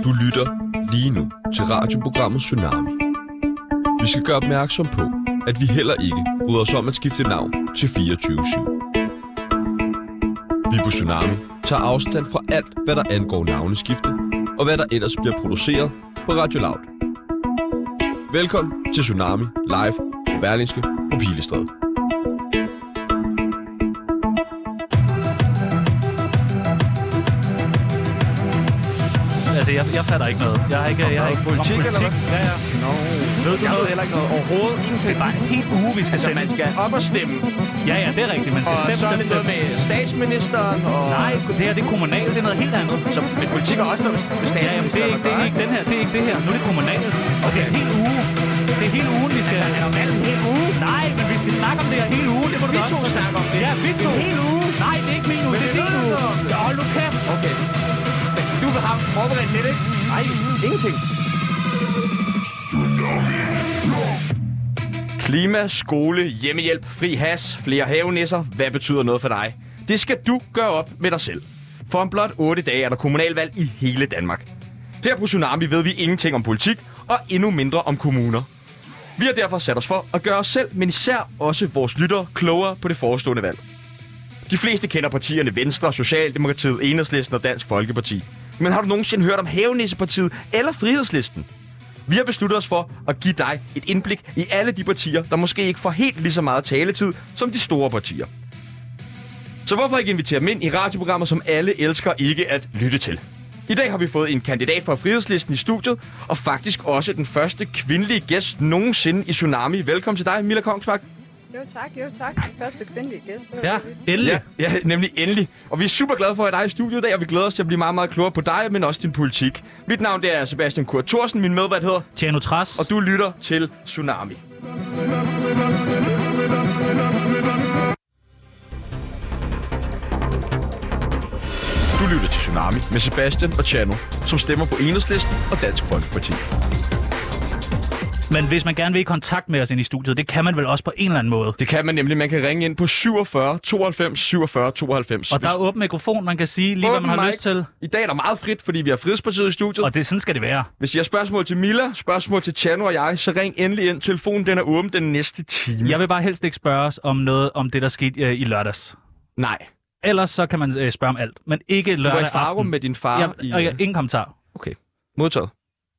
Du lytter lige nu til radioprogrammet Tsunami. Vi skal gøre opmærksom på, at vi heller ikke bryder os om at skifte navn til 24/7. Vi på Tsunami tager afstand fra alt, hvad der angår navneskifte, og hvad der ellers bliver produceret på Radio Loud. Velkommen til Tsunami live på Berlingske på Pilestræde. Altså, jeg fatter ikke noget. Jeg har ikke politik, eller hvad? Ja, ja. No. Ved du Jeg noget? ved heller ikke noget overhovedet. Ingenting. Det er bare en hel uge, vi skal sende. Man skal op og stemme. Ja, det er rigtigt. Man skal Og stemme. så er det noget med statsministeren og... Nej, det her det er kommunalt. Det er noget helt andet. Så med politik er også noget med Ja, jamen, det er ikke den her. Det er ikke det her. Nu er det kommunalt. Og det er en hel uge. Det er hele ugen, vi skal... Altså, er der valgt en hel uge? Nej, men vi skal snakke om det her hele ugen. Det må du Vi også. to snakker om det. Ja, vi to. En hel uge? Nej, det er ikke min uge. Men Det er det din ved uge. du. Hold nu kæft. Okay. Du har forberedt lidt, ikke? Nej, Ingenting. Klima, skole, hjemmehjælp, fri has, flere havenisser. Hvad betyder noget for dig? Det skal du gøre op med dig selv. For om blot 8 dage er der kommunalvalg i hele Danmark. Her på Tsunami ved vi ingenting om politik, og endnu mindre om kommuner. Vi har derfor sat os for at gøre os selv, men især også vores lyttere, klogere på det forestående valg. De fleste kender partierne Venstre, Socialdemokratiet, Enhedslisten og Dansk Folkeparti. Men har du nogensinde hørt om Havenissepartiet eller Frihedslisten? Vi har besluttet os for at give dig et indblik i alle de partier, der måske ikke får helt lige så meget taletid som de store partier. Så hvorfor ikke invitere dem ind i radioprogrammer, som alle elsker ikke at lytte til? I dag har vi fået en kandidat fra Frihedslisten i studiet, og faktisk også den første kvindelige gæst nogensinde i Tsunami. Velkommen til dig, Milla Kongsbak. Jo tak. Den første kvindelige gæst. ja, endelig. Ja, nemlig endelig. Og vi er super glade for at have dig i studiet i dag, og vi glæder os til at blive meget, meget klogere på dig, men også din politik. Mit navn det er Sebastian Kurt Thorsen, min medvært hedder Tjano Tras. og du lytter til Tsunami. Du lytter til Tsunami med Sebastian og Chano, som stemmer på Enhedslisten og Dansk Folkeparti. Men hvis man gerne vil i kontakt med os ind i studiet, det kan man vel også på en eller anden måde. Det kan man nemlig. Man kan ringe ind på 47 92 47 92. Og der er åben mikrofon, man kan sige lige, hvad man har lyst til. I dag er der meget frit, fordi vi har Frihedspartiet i studiet. Og sådan skal det være. Hvis I har spørgsmål til Milla, spørgsmål til Chano og jeg, så ring endelig ind. Telefonen den er åben den næste time. Jeg vil bare helst ikke spørge os om noget om det, der skete i lørdags. Nej. Ellers så kan man spørge om alt, men ikke lørdag Du var i aften. Farum med din far Ingen kommentar. Okay. Modtaget.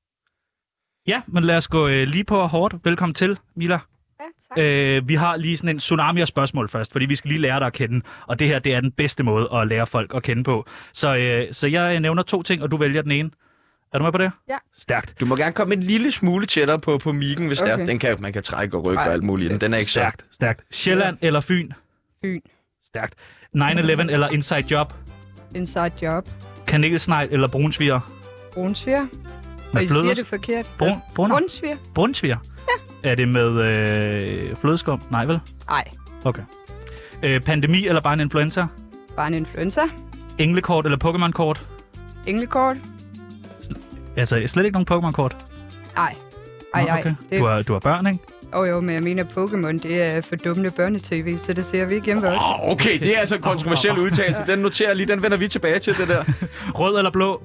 Ja, men lad os gå lige på hårdt. Velkommen til, Milla. Ja, tak. Vi har lige sådan en tsunami af spørgsmål først, fordi vi skal lige lære dig at kende. Og det her, det er den bedste måde at lære folk at kende på. Så jeg nævner 2 ting, og du vælger den ene. Er du med på det? Ja. Stærkt. Du må gerne komme en lille smule tættere på mikken, hvis Okay. det er. Man kan trække og rykke og alt muligt. Den er ikke så... Stærkt. Sjælland eller Fyn? Fyn. Stærkt. 9/11 eller Inside Job? Inside job. Kanelsnegl eller brunsviger? Brunsviger. Og I siger det forkert. Brunsviger. Brunsviger? Ja. Er det med flødeskum? Nej, vel? Nej. Okay. Pandemi eller bare en influenza? Bare en influenza. Englekort eller Pokémon-kort? Englekort. Altså, slet ikke nogen Pokémon-kort? Nej. Okay. Du har børn, ikke? Jo, men jeg mener Pokémon, det er for dumme børnetv, så det ser vi ikke hjemme ved os. Okay, det er altså en kontroversiel udtalelse. Den noterer lige, den vender vi tilbage til, det der. Rød eller blå?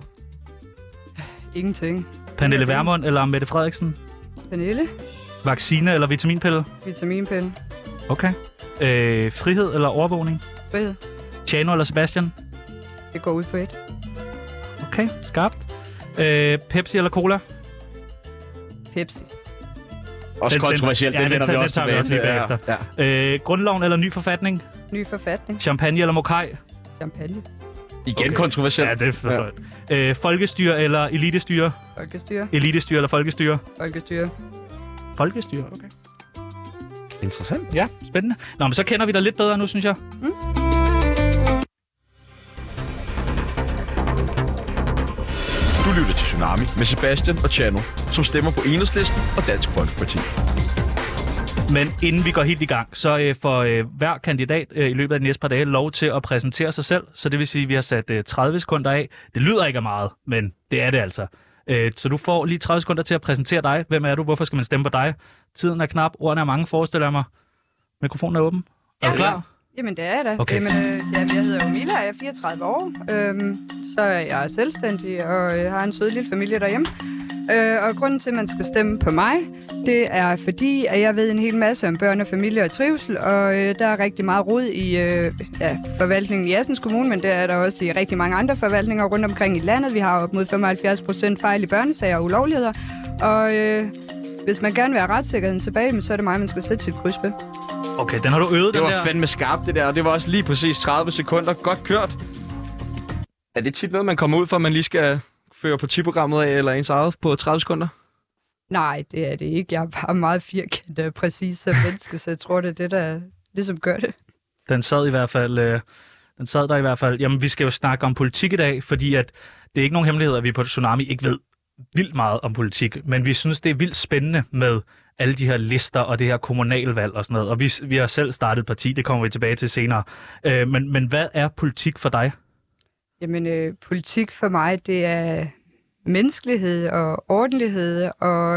Ingenting. Pernille Vermund eller Mette Frederiksen? Pernille. Vaccine eller vitaminpille? Vitaminpille. Okay. Frihed eller overvågning? Frihed. Chano eller Sebastian? Det går ud på et. Okay, skarpt. Pepsi eller cola? Pepsi. Også kontroversielt, den vender vi også tilbage til. Bagefter. Grundloven eller ny forfatning? Ny forfatning. Champagne eller mokai? Champagne. Igen kontroversielt. Ja, det forstår jeg. Folkestyre eller elitestyre? Folkestyre. Elitestyre eller folkestyre? Folkestyre. Folkestyre, okay. Interessant. Ja, spændende. Nå, men så kender vi dig lidt bedre nu, synes jeg. Du lytter til Tsunami med Sebastian og Chano, som stemmer på Enhedslisten og Dansk Folkeparti. Men inden vi går helt i gang, så får hver kandidat i løbet af de næste par dage lov til at præsentere sig selv. Så det vil sige, at vi har sat 30 sekunder af. Det lyder ikke af meget, men det er det altså. Så du får lige 30 sekunder til at præsentere dig. Hvem er du? Hvorfor skal man stemme på dig? Tiden er knap. Ordene er mange, forestiller jeg mig. Mikrofonen er åben. Er du klar? Jamen, det er jeg da. Okay. Jamen, jeg hedder jo Mila, jeg er 34 år. Så er jeg selvstændig og har en sød lille familie derhjemme. Og grunden til, at man skal stemme på mig, det er fordi, at jeg ved en hel masse om børn og familie og trivsel, og der er rigtig meget rod i forvaltningen i Assens Kommune, men det er der også i rigtig mange andre forvaltninger rundt omkring i landet. Vi har op mod 75% fejl i børnesager og ulovligheder, og hvis man gerne vil have retssikkerheden tilbage, så er det mig, man skal sætte sit kryds ved. Okay, den har du øvet, Det den var der. fandme skarpt, det der, og det var også lige præcis 30 sekunder. Godt kørt. Er det tit noget, man kommer ud for, at man lige skal føre partiprogrammet af, eller ens eget på 30 sekunder? Nej, det er det ikke. Jeg er bare meget firkantet og præcis som menneske, så jeg tror, det er det, der ligesom gør det. Den sad i hvert fald. Den sad der i hvert fald. Jamen, vi skal jo snakke om politik i dag, fordi at det er ikke nogen hemmelighed, at vi på Tsunami ikke ved vildt meget om politik, men vi synes, det er vildt spændende med alle de her lister og det her kommunalvalg og sådan noget. Og vi har selv startet et parti, det kommer vi tilbage til senere. Men hvad er politik for dig? Jamen, politik for mig, det er menneskelighed og ordentlighed og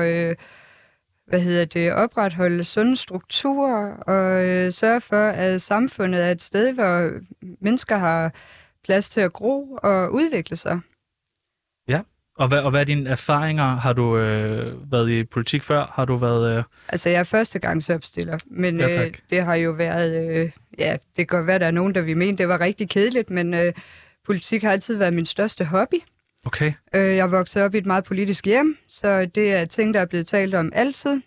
opretholde sunde strukturer og sørge for, at samfundet er et sted, hvor mennesker har plads til at gro og udvikle sig. Ja, og hvad er dine erfaringer? Har du været i politik før? Har du været... Altså, jeg er førstegangsopstiller, men Ja, det har jo været... det kan godt være, der er nogen, der vil mene, det var rigtig kedeligt, men politik har altid været min største hobby. Okay. Jeg er vokset op i et meget politisk hjem, så det er ting, der er blevet talt om altid.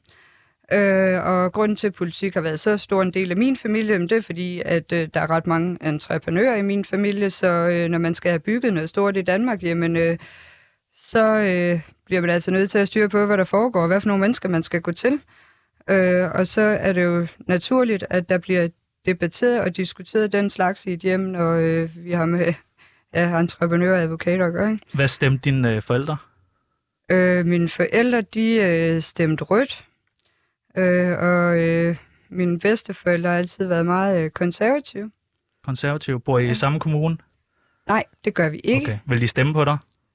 Og grunden til, at politik har været så stor en del af min familie, det er fordi, at der er ret mange entreprenører i min familie, så når man skal have bygget noget stort i Danmark, jamen, så bliver man altså nødt til at styre på, hvad der foregår, og hvad for nogle mennesker man skal gå til. Og så er det jo naturligt, at der bliver debatteret og diskuteret den slags i et hjem, når vi har med entreprenører og advokater at gøre. Ikke? Hvad stemte dine forældre? Mine forældre, de stemte rødt, og mine bedsteforældre har altid været meget konservative. Konservative? Bor I i samme kommune? Nej, det gør vi ikke. Okay. Vil de stemme på dig?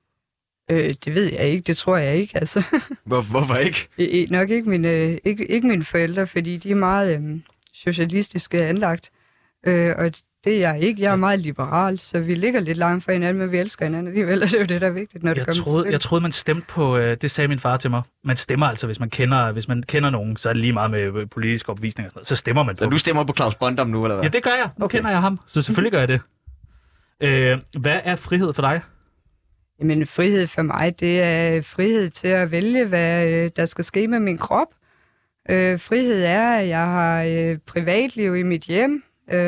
Det ved jeg ikke, det tror jeg ikke. Altså. Hvorfor ikke? Nok ikke mine forældre, fordi de er meget socialistiske anlagt, og det er jeg ikke. Jeg er meget liberal, så vi ligger lidt langt fra hinanden, men vi elsker hinanden alligevel, og det er jo det, der er vigtigt, når det kommer til stykket. Jeg troede, man stemte på, det sagde min far til mig, man stemmer altså, hvis man kender nogen, så er det lige meget med politisk opvisning og sådan noget, så stemmer man på. Så du stemmer på Claus Bondam nu, eller hvad? Ja, det gør jeg. Nu kender jeg ham, så selvfølgelig gør jeg det. Hvad er frihed for dig? Jamen, frihed for mig, det er frihed til at vælge, hvad der skal ske med min krop. Frihed er, at jeg har privatliv i mit hjem.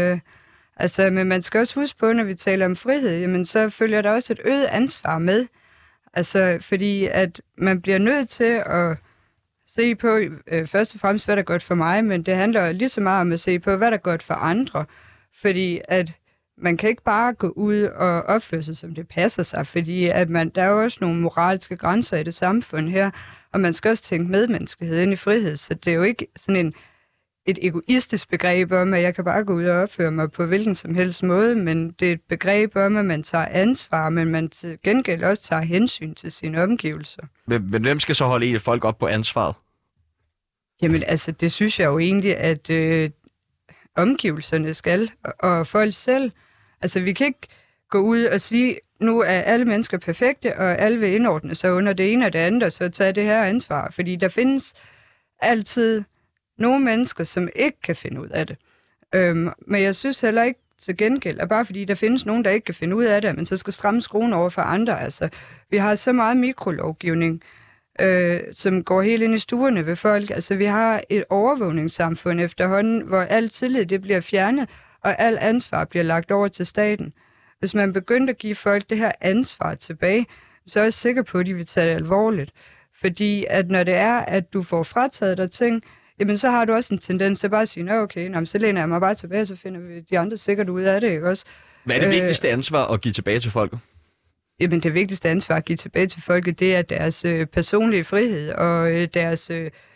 Men man skal også huske på, når vi taler om frihed, jamen, så følger der også et øget ansvar med. Altså, fordi at man bliver nødt til at se på, først og fremmest, hvad der er godt for mig, men det handler lige så meget om at se på, hvad der er godt for andre. Fordi at man kan ikke bare gå ud og opføre sig, som det passer sig, fordi at der er jo også nogle moralske grænser i det samfund her, og man skal også tænke medmenneskelighed ind i frihed, så det er jo ikke sådan et egoistisk begreb om, at jeg kan bare gå ud og opføre mig på hvilken som helst måde, men det er et begreb om, at man tager ansvar, men man til gengæld også tager hensyn til sine omgivelser. Men hvem skal så holde folk op på ansvaret? Jamen altså, det synes jeg jo egentlig, at omgivelserne skal, og folk selv. Altså, vi kan ikke gå ud og sige, nu er alle mennesker perfekte, og alle vil indordne sig under det ene og det andet, og så tage det her ansvar. Fordi der findes altid nogle mennesker, som ikke kan finde ud af det. Men jeg synes heller ikke til gengæld, at bare fordi der findes nogen, der ikke kan finde ud af det, men så skal stramme skruen over for andre. Altså, vi har så meget mikrolovgivning, som går helt ind i stuerne ved folk. Altså, vi har et overvågningssamfund efterhånden, hvor al tillid det bliver fjernet, og al ansvar bliver lagt over til staten. Hvis man begyndte at give folk det her ansvar tilbage, så er jeg sikker på, at de vil tage det alvorligt. Fordi at når det er, at du får frataget dig ting, jamen så har du også en tendens til bare at sige, okay, så læner jeg mig bare tilbage, så finder vi de andre sikkert ud af det, ikke også? Hvad er det vigtigste ansvar at give tilbage til folket? Jamen det vigtigste ansvar at give tilbage til folket, det er deres personlige frihed og deres,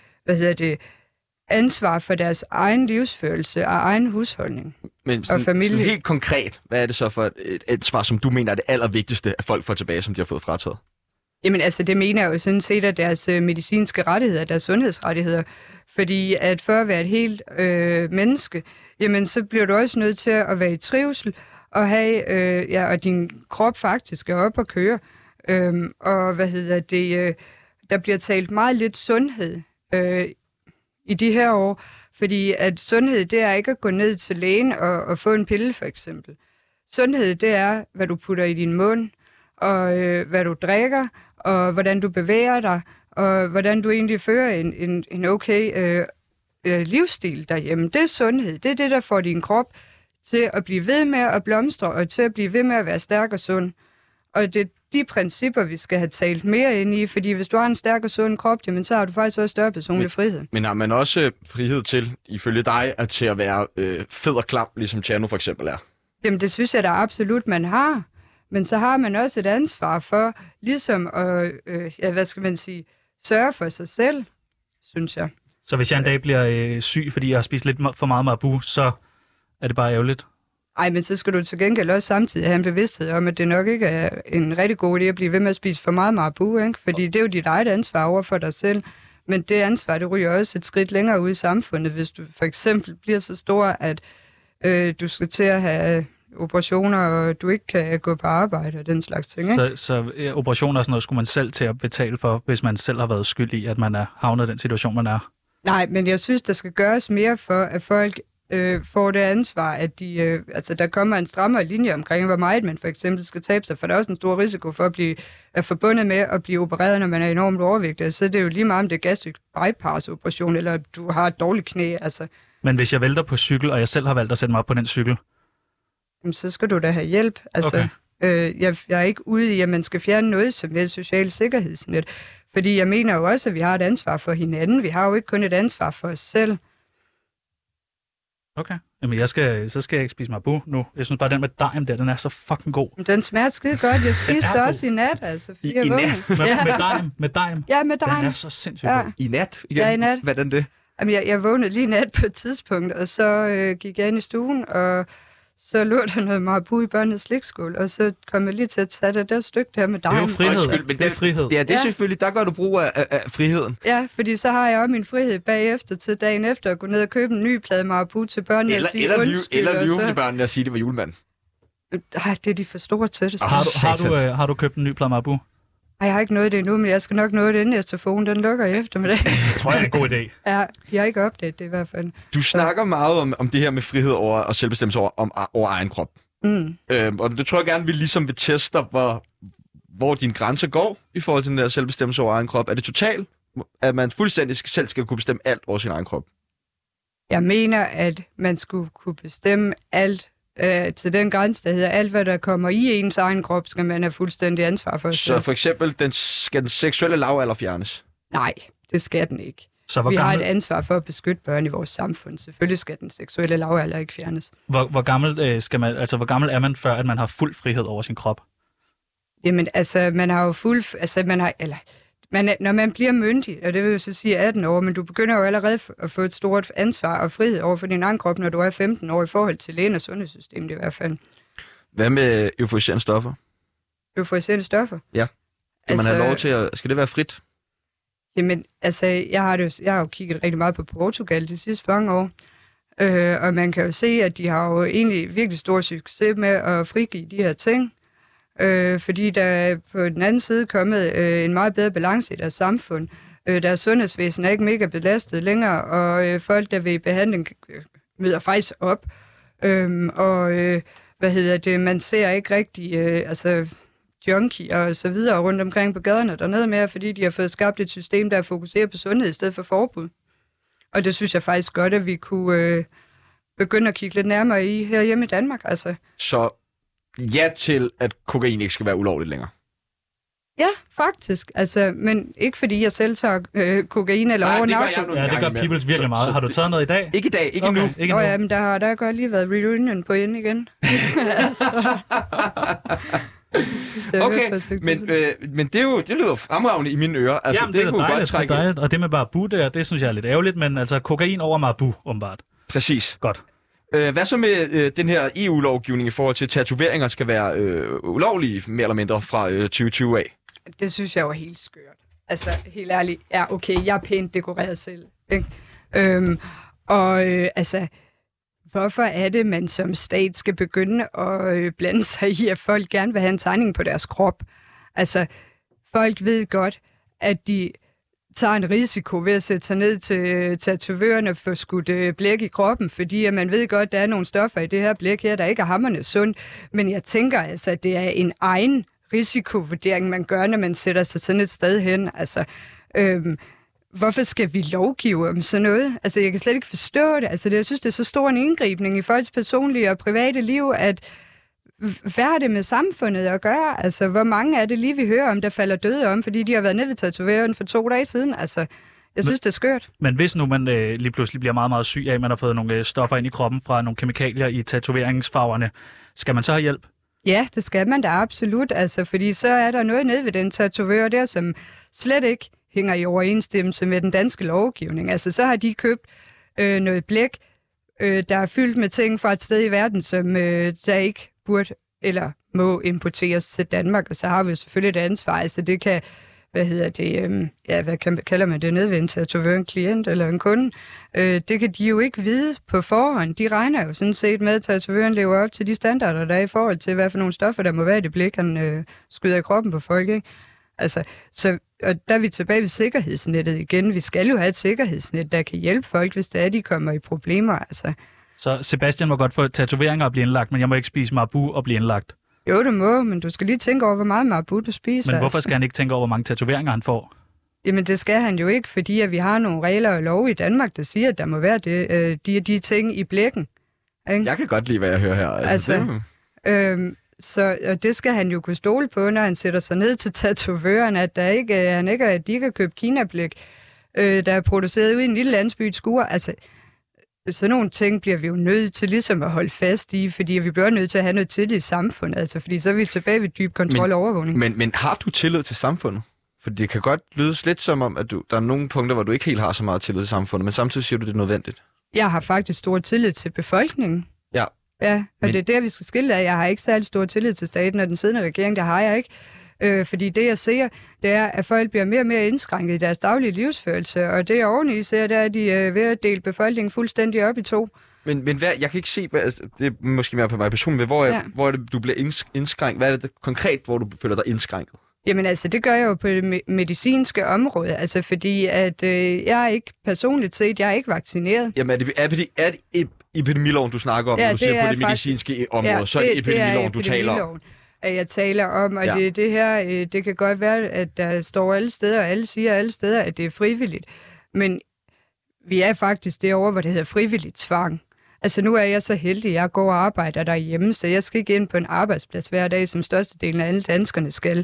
ansvar for deres egen livsførelse og egen husholdning. Men og familie. Sådan helt konkret, hvad er det så for et ansvar, som du mener er det allervigtigste, at folk får tilbage, som de har fået frataget? Jamen altså, det mener jeg jo sådan set, at deres medicinske rettigheder, deres sundhedsrettigheder. Fordi at for at være et helt menneske, jamen så bliver du også nødt til at være i trivsel, og have, og din krop faktisk er op at køre. Og der bliver talt meget lidt sundhed i de her år, fordi at sundhed, det er ikke at gå ned til lægen og få en pille, for eksempel. Sundhed, det er, hvad du putter i din mund, og hvad du drikker, og hvordan du bevæger dig, og hvordan du egentlig fører en okay livsstil derhjemme. Det er sundhed. Det er det, der får din krop til at blive ved med at blomstre, og til at blive ved med at være stærk og sund. Og det er de principper, vi skal have talt mere ind i, fordi hvis du har en stærk og sund krop, jamen, så har du faktisk også større personlig frihed. Men har man også frihed til, ifølge dig, til at være fed og klam, ligesom Tjerno for eksempel er? Jamen, det synes jeg da absolut, man har. Men så har man også et ansvar for, ligesom at, sørge for sig selv, synes jeg. Så hvis jeg en dag bliver syg, fordi jeg har spist lidt for meget marabu, så er det bare ærgerligt? Ej, men så skal du til gengæld også samtidig have en bevidsthed om, at det nok ikke er en rigtig god idé at blive ved med at spise for meget marabu, ikke? Fordi det er jo dit eget ansvar over for dig selv. Men det ansvar, det ryger også et skridt længere ud i samfundet, hvis du for eksempel bliver så stor, at du skal til at have operationer, og du ikke kan gå på arbejde og den slags ting, ikke? Så operationer og sådan noget skulle man selv til at betale for, hvis man selv har været skyld i, at man er havnet i den situation, man er? Nej, men jeg synes, der skal gøres mere for, at folk får det ansvar, at der kommer en strammere linje omkring, hvor meget man for eksempel skal tabe sig, for der er også en stor risiko for at blive forbundet med at blive opereret, når man er enormt overvægtig. Så det er jo lige meget om det er gastric bypass-operation, eller du har et dårligt knæ, altså. Men hvis jeg vælter på cykel, og jeg selv har valgt at sætte mig op på den cykel? Jamen, så skal du da have hjælp. Altså, okay. Jeg er ikke ude i, at man skal fjerne noget som helst socialt sikkerhedsnet, fordi jeg mener jo også, at vi har et ansvar for hinanden. Vi har jo ikke kun et ansvar for os selv. Okay. Jamen, så skal jeg ikke spise marabu nu. Jeg synes bare, den med dejm der, den er så fucking god. Den smager skide godt. Jeg spiste også i nat, altså. I nat? Med dejm? Ja, med dejm. Den er så sindssygt god. I nat? Igen? Ja, i nat. Hvordan det? Jamen, jeg vågnede lige nat på et tidspunkt, og så gik jeg ind i stuen, og så lå der noget marabu i børnenes slikskål, og så kom jeg lige til at tage det der stykke der med dejm. Det er jo frihed. Men det er frihed. Ja, det er selvfølgelig. Der gør du brug af friheden. Ja, fordi så har jeg også min frihed bagefter til dagen efter at gå ned og købe en ny plade marabu til børnene og sige undskyld. Eller lyve til børnene og sige, det var julemand. Det er de for store til det. Har du købt en ny plade marabu? Ej, jeg har ikke nået det endnu, men jeg skal nok nå det inden SFO'en, den lukker i eftermiddag. Jeg tror, det er en god idé. Ja, jeg har ikke opdaget det i hvert fald. Du snakker meget om det her med frihed over og selvbestemmelse over egen krop. Og det tror jeg gerne, vi ligesom vil teste, hvor din grænse går i forhold til den der selvbestemmelse over egen krop. Er det totalt, at man fuldstændig selv skal kunne bestemme alt over sin egen krop? Jeg mener, at man skulle kunne bestemme alt til den grænse, der hedder alt, hvad der kommer i ens egen krop, skal man have fuldstændig ansvar for. Så for eksempel, skal den seksuelle lavalder fjernes? Nej, det skal den ikke. Så vi har et ansvar for at beskytte børn i vores samfund. Selvfølgelig skal den seksuelle lavalder ikke fjernes. Hvor gammel er man, før at man har fuld frihed over sin krop? Jamen, altså, man har jo når man bliver myndig, og det vil jo så sige 18 år, men du begynder jo allerede at få et stort ansvar og frihed over for din egen krop, når du er 15 år i forhold til lægen og sundhedssystemet i hvert fald. Hvad med euforiserende stoffer? Euforiserende stoffer? Ja. Skal man have lov til skal det være frit? Jamen, altså, jeg har jo kigget rigtig meget på Portugal de sidste mange år, og man kan jo se, at de har jo egentlig virkelig stor succes med at frigive de her ting. Fordi der er på den anden side kommet en meget bedre balance i deres samfund. Deres sundhedsvæsen er ikke mega belastet længere, og folk, der vil i behandling, møder faktisk op. Man ser ikke rigtig junkie og så videre rundt omkring på gaderne dernede mere, fordi de har fået skabt et system, der fokuserer på sundhed i stedet for forbud. Og det synes jeg faktisk godt, at vi kunne begynde at kigge lidt nærmere i herhjemme i Danmark. Altså. Så ja til, at kokain ikke skal være ulovligt længere? Ja, faktisk. Altså, men ikke fordi jeg selv tager kokain eller over narko. Ja, det gør Peoples virkelig meget. Har du taget noget i dag? Ikke i dag, ikke nu. Ja, men der har godt lige været reunion på ind igen. Okay, men det lyder fremragende i mine ører. Altså, jamen, det er dejligt, godt dejligt. Og det med marabu der, det synes jeg er lidt ærgerligt, men altså kokain over marabu, åbenbart. Præcis. Godt. Hvad så med den her EU-lovgivning i forhold til, at tatoveringer skal være ulovlige, mere eller mindre, fra 2020 af? Det synes jeg var helt skørt. Altså, helt ærligt. Ja, okay, jeg er pænt dekoreret selv. Ikke? hvorfor er det, man som stat skal begynde at blande sig i, at folk gerne vil have en tegning på deres krop? Altså, folk ved godt, at de tager en risiko ved at sætte sig ned til tatovørerne og få skudt blæk i kroppen, fordi at man ved godt, at der er nogle stoffer i det her blæk her, der ikke er hamrende sundt. Men jeg tænker altså, at det er en egen risikovurdering, man gør, når man sætter sig sådan et sted hen. Altså, hvorfor skal vi lovgive om sådan noget? Altså, jeg kan slet ikke forstå det. Altså, jeg synes, det er så stor en indgribning i folks personlige og private liv, at hvad har det med samfundet at gøre? Altså, hvor mange er det lige, vi hører om, der falder døde om, fordi de har været nede ved tatovøren for 2 dage siden? Altså, jeg synes, det er skørt. Men hvis nu man lige pludselig bliver meget, meget syg af, at man har fået nogle stoffer ind i kroppen fra nogle kemikalier i tatoveringsfarverne, skal man så have hjælp? Ja, det skal man da absolut, altså, fordi så er der noget nede ved den tatovør der, som slet ikke hænger i overensstemmelse med den danske lovgivning. Altså, så har de købt noget blæk, der er fyldt med ting fra et sted i verden, som der ikke burde eller må importeres til Danmark, og så har vi selvfølgelig et ansvar. Altså, det kan, hvad kalder man det nede ved en tatovør, en klient eller en kunde? Det kan de jo ikke vide på forhånd. De regner jo sådan set med, at tatovøren lever op til de standarder, der er i forhold til, hvad for nogle stoffer, der må være i det blik, han skyder i kroppen på folk, ikke? Altså, og der er vi tilbage ved sikkerhedsnettet igen. Vi skal jo have et sikkerhedsnet, der kan hjælpe folk, hvis det er, de kommer i problemer. Altså. Så Sebastian må godt få tatoveringer og blive indlagt, men jeg må ikke spise Marabu og blive indlagt? Jo, du må, men du skal lige tænke over, hvor meget Marabu du spiser. Men hvorfor skal han ikke tænke over, hvor mange tatoveringer han får? Jamen, det skal han jo ikke, fordi at vi har nogle regler og love i Danmark, der siger, at der må være de ting i blækken. Ikke? Jeg kan godt lide, hvad jeg hører her. Så det skal han jo kunne stole på, når han sætter sig ned til tatovøren, at de ikke har købt kinablæk, der er produceret ude i en lille landsby i et skur. Altså, sådan nogle ting bliver vi jo nødt til ligesom at holde fast i, fordi vi bliver nødt til at have noget tillid i samfundet, altså, fordi så er vi tilbage ved dyb kontrol og overvågning. Men har du tillid til samfundet? For det kan godt lyde lidt som om, at der er nogle punkter, hvor du ikke helt har så meget tillid til samfundet, men samtidig siger du, det er nødvendigt. Jeg har faktisk stor tillid til befolkningen. Ja, og det er der, vi skal skille af. Jeg har ikke særlig stor tillid til staten og den siddende regering, det har jeg ikke. Fordi det, jeg ser, det er, at folk bliver mere og mere indskrænket i deres daglige livsførelse, og det, jeg oveni ser, det er, at de er ved at dele befolkningen fuldstændig op i 2. Men hvad, jeg kan ikke se, det er måske mere på mig personligt, hvor er det, du bliver indskrænket? Hvad er det konkret, hvor du føler dig indskrænket? Jamen altså, det gør jeg jo på det medicinske område, altså fordi at jeg er ikke personligt set, jeg er ikke vaccineret. Jamen er det epidemiloven, du snakker om, når du siger på det medicinske område, så er det epidemiloven, du taler om? At jeg taler om, og det her, det kan godt være, at der står alle steder, og alle siger alle steder, at det er frivilligt. Men vi er faktisk derovre, hvor det hedder frivilligt tvang. Altså nu er jeg så heldig, at jeg går og arbejder derhjemme, så jeg skal ikke ind på en arbejdsplads hver dag, som størstedelen af alle danskerne skal.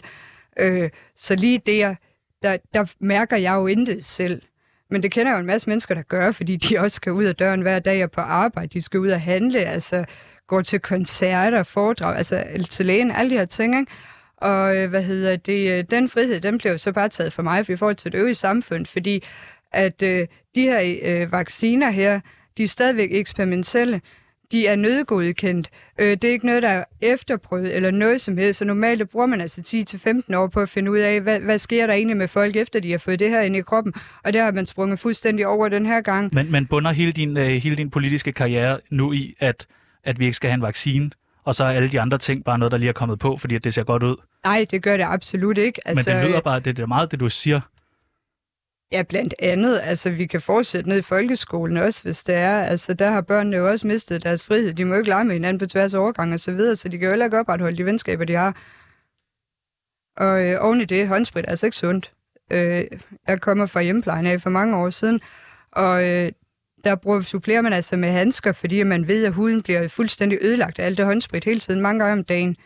Så lige der mærker jeg jo intet selv. Men det kender jo en masse mennesker, der gør, fordi de også skal ud af døren hver dag og på arbejde. De skal ud og handle, altså går til koncerter, foredrag, altså til lægen, alle de her ting, ikke? Og den frihed, den blev så bare taget fra mig i forhold til det øvrige samfund, fordi at de her vacciner her, de er stadigvæk eksperimentelle. De er nødgodkendt. Det er ikke noget, der er efterprøvet eller noget som helst. Så normalt bruger man altså 10-15 år på at finde ud af, hvad sker der egentlig med folk, efter de har fået det her ind i kroppen. Og der har man sprunget fuldstændig over den her gang. Men bunder hele din politiske karriere nu i, at vi ikke skal have en vaccine, og så er alle de andre ting bare noget, der lige er kommet på, fordi det ser godt ud? Nej, det gør det absolut ikke. Altså, men det lyder bare, det er meget det, du siger. Ja, blandt andet. Altså, vi kan fortsætte ned i folkeskolen også, hvis det er. Altså, der har børnene jo også mistet deres frihed. De må jo ikke lege med hinanden på tværs af overgang og så videre, så de kan jo heller ikke opretholde de venskaber, de har. Og oven i det, håndsprit er altså ikke sundt. Jeg kommer fra hjemmeplejen af for mange år siden, og der supplerer man altså med handsker, fordi man ved, at huden bliver fuldstændig ødelagt af alt det håndsprit hele tiden, mange gange om dagen.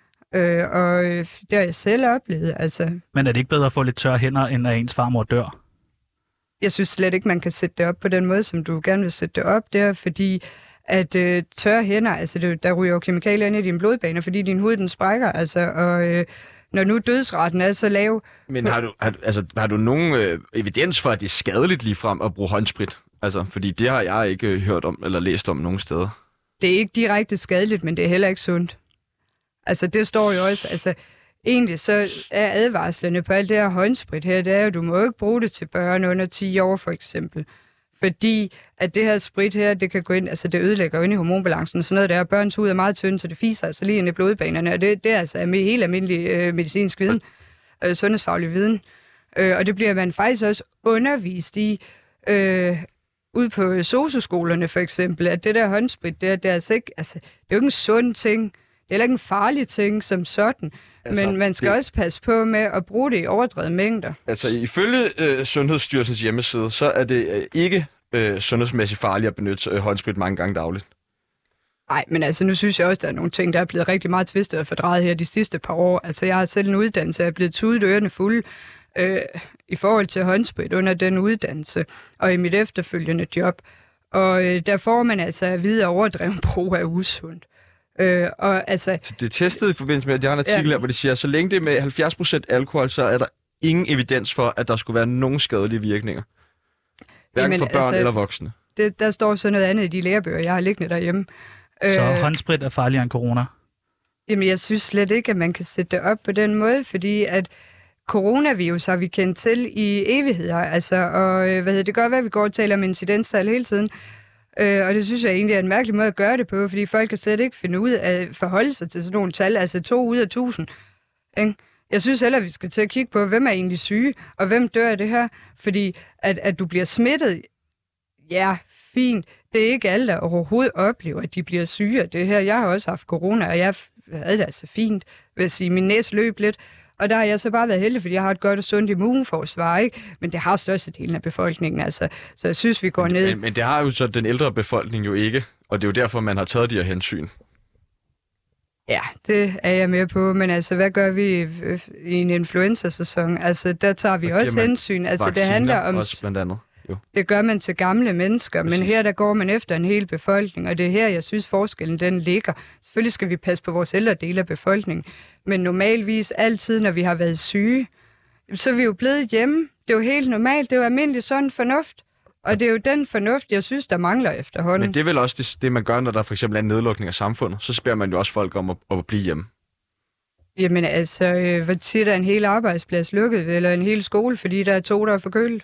Og det har jeg selv oplevet, altså. Men er det ikke bedre at få lidt tørre hænder, end at ens farmor dør? Jeg synes slet ikke, man kan sætte det op på den måde, som du gerne vil sætte det op der, fordi at tørre hænder, altså der ryger jo kemikalier ind i dine blodbaner, fordi din hud, den sprækker, altså, og når nu dødsraten er så lav... Men har du nogen evidens for, at det er skadeligt ligefrem at bruge håndsprit? Altså, fordi det har jeg ikke hørt om eller læst om nogen steder. Det er ikke direkte skadeligt, men det er heller ikke sundt. Altså, det står jo også, altså, egentlig så er advarslerne på alt det her håndsprit her, det er jo, du må ikke bruge det til børn under 10 år, for eksempel. Fordi at det her sprit her, det kan gå ind, altså det ødelægger ind i hormonbalancen og sådan noget der. Børns hud er meget tynde, så det fiser altså lige ind i blodbanerne, og det er altså helt almindelig medicinsk viden, sundhedsfaglig viden. Og det bliver man faktisk også undervist i ude på sosu-skolerne for eksempel, at det der håndsprit, det er altså ikke, altså, det er jo ikke en sund ting, det er heller ikke en farlig ting som sådan, altså, men man skal også passe på med at bruge det i overdrevet mængder. Altså ifølge Sundhedsstyrelsens hjemmeside, så er det ikke sundhedsmæssigt farligt at benytte håndsprit mange gange dagligt. Nej, men altså nu synes jeg også, der er nogle ting, der er blevet rigtig meget tvistet og fordrejet her de sidste par år. Altså jeg har selv en uddannelse, jeg er blevet tudet ørerne fulde i forhold til håndsprit under den uddannelse og i mit efterfølgende job. Og der får man altså at vide, at overdreven brug er usundt. Og altså, det er testet i forbindelse med, at jeg har en artikel her, hvor de siger, at så længe det er med 70% alkohol, så er der ingen evidens for, at der skulle være nogen skadelige virkninger. Hverken for børn eller voksne. Der står sådan noget andet i de lærebøger, jeg har liggende derhjemme. Så håndsprit er farligere end corona? Jamen, jeg synes slet ikke, at man kan sætte det op på den måde, fordi at coronavirus har vi kendt til i evigheder. Altså, og det kan godt være, at vi går og taler om incidenstal hele tiden. Og det synes jeg egentlig er en mærkelig måde at gøre det på, fordi folk kan slet ikke finde ud af at forholde sig til sådan nogle tal, altså 2 ud af 1000. Ikke? Jeg synes heller, at vi skal til at kigge på, hvem er egentlig syge, og hvem dør af det her. Fordi at du bliver smittet, ja, fint. Det er ikke alle, der overhovedet oplever, at de bliver syge af det her. Jeg har også haft corona, og jeg havde det altså fint, vil jeg sige. Min næse løb lidt, og der har jeg så bare været heldig, fordi jeg har et godt og sundt immunforsvar, ikke? Men det har størstedelen af befolkningen, altså. Så jeg synes, vi går ned. Men det har jo så den ældre befolkning jo ikke, og det er jo derfor, man har taget de her hensyn. Ja, det er jeg med på, men altså, hvad gør vi i en influenza-sæson? Altså, der tager vi også hensyn. Altså, det handler om... også blandt andet. Jo. Det gør man til gamle mennesker, men her der går man efter en hel befolkning, og det er her, jeg synes, forskellen den ligger. Selvfølgelig skal vi passe på vores ældre del af befolkningen, men normalvis altid, når vi har været syge, så er vi jo blevet hjemme. Det er jo helt normalt, det er jo almindelig sund fornuft, og det er jo den fornuft, jeg synes, der mangler efterhånden. Men det er vel også det, man gør, når der for eksempel er en nedlukning af samfundet. Så spørger man jo også folk om at blive hjemme. Jamen altså, hvor tit er en hel arbejdsplads lukket, eller en hel skole, fordi der er 2, der er forkølet?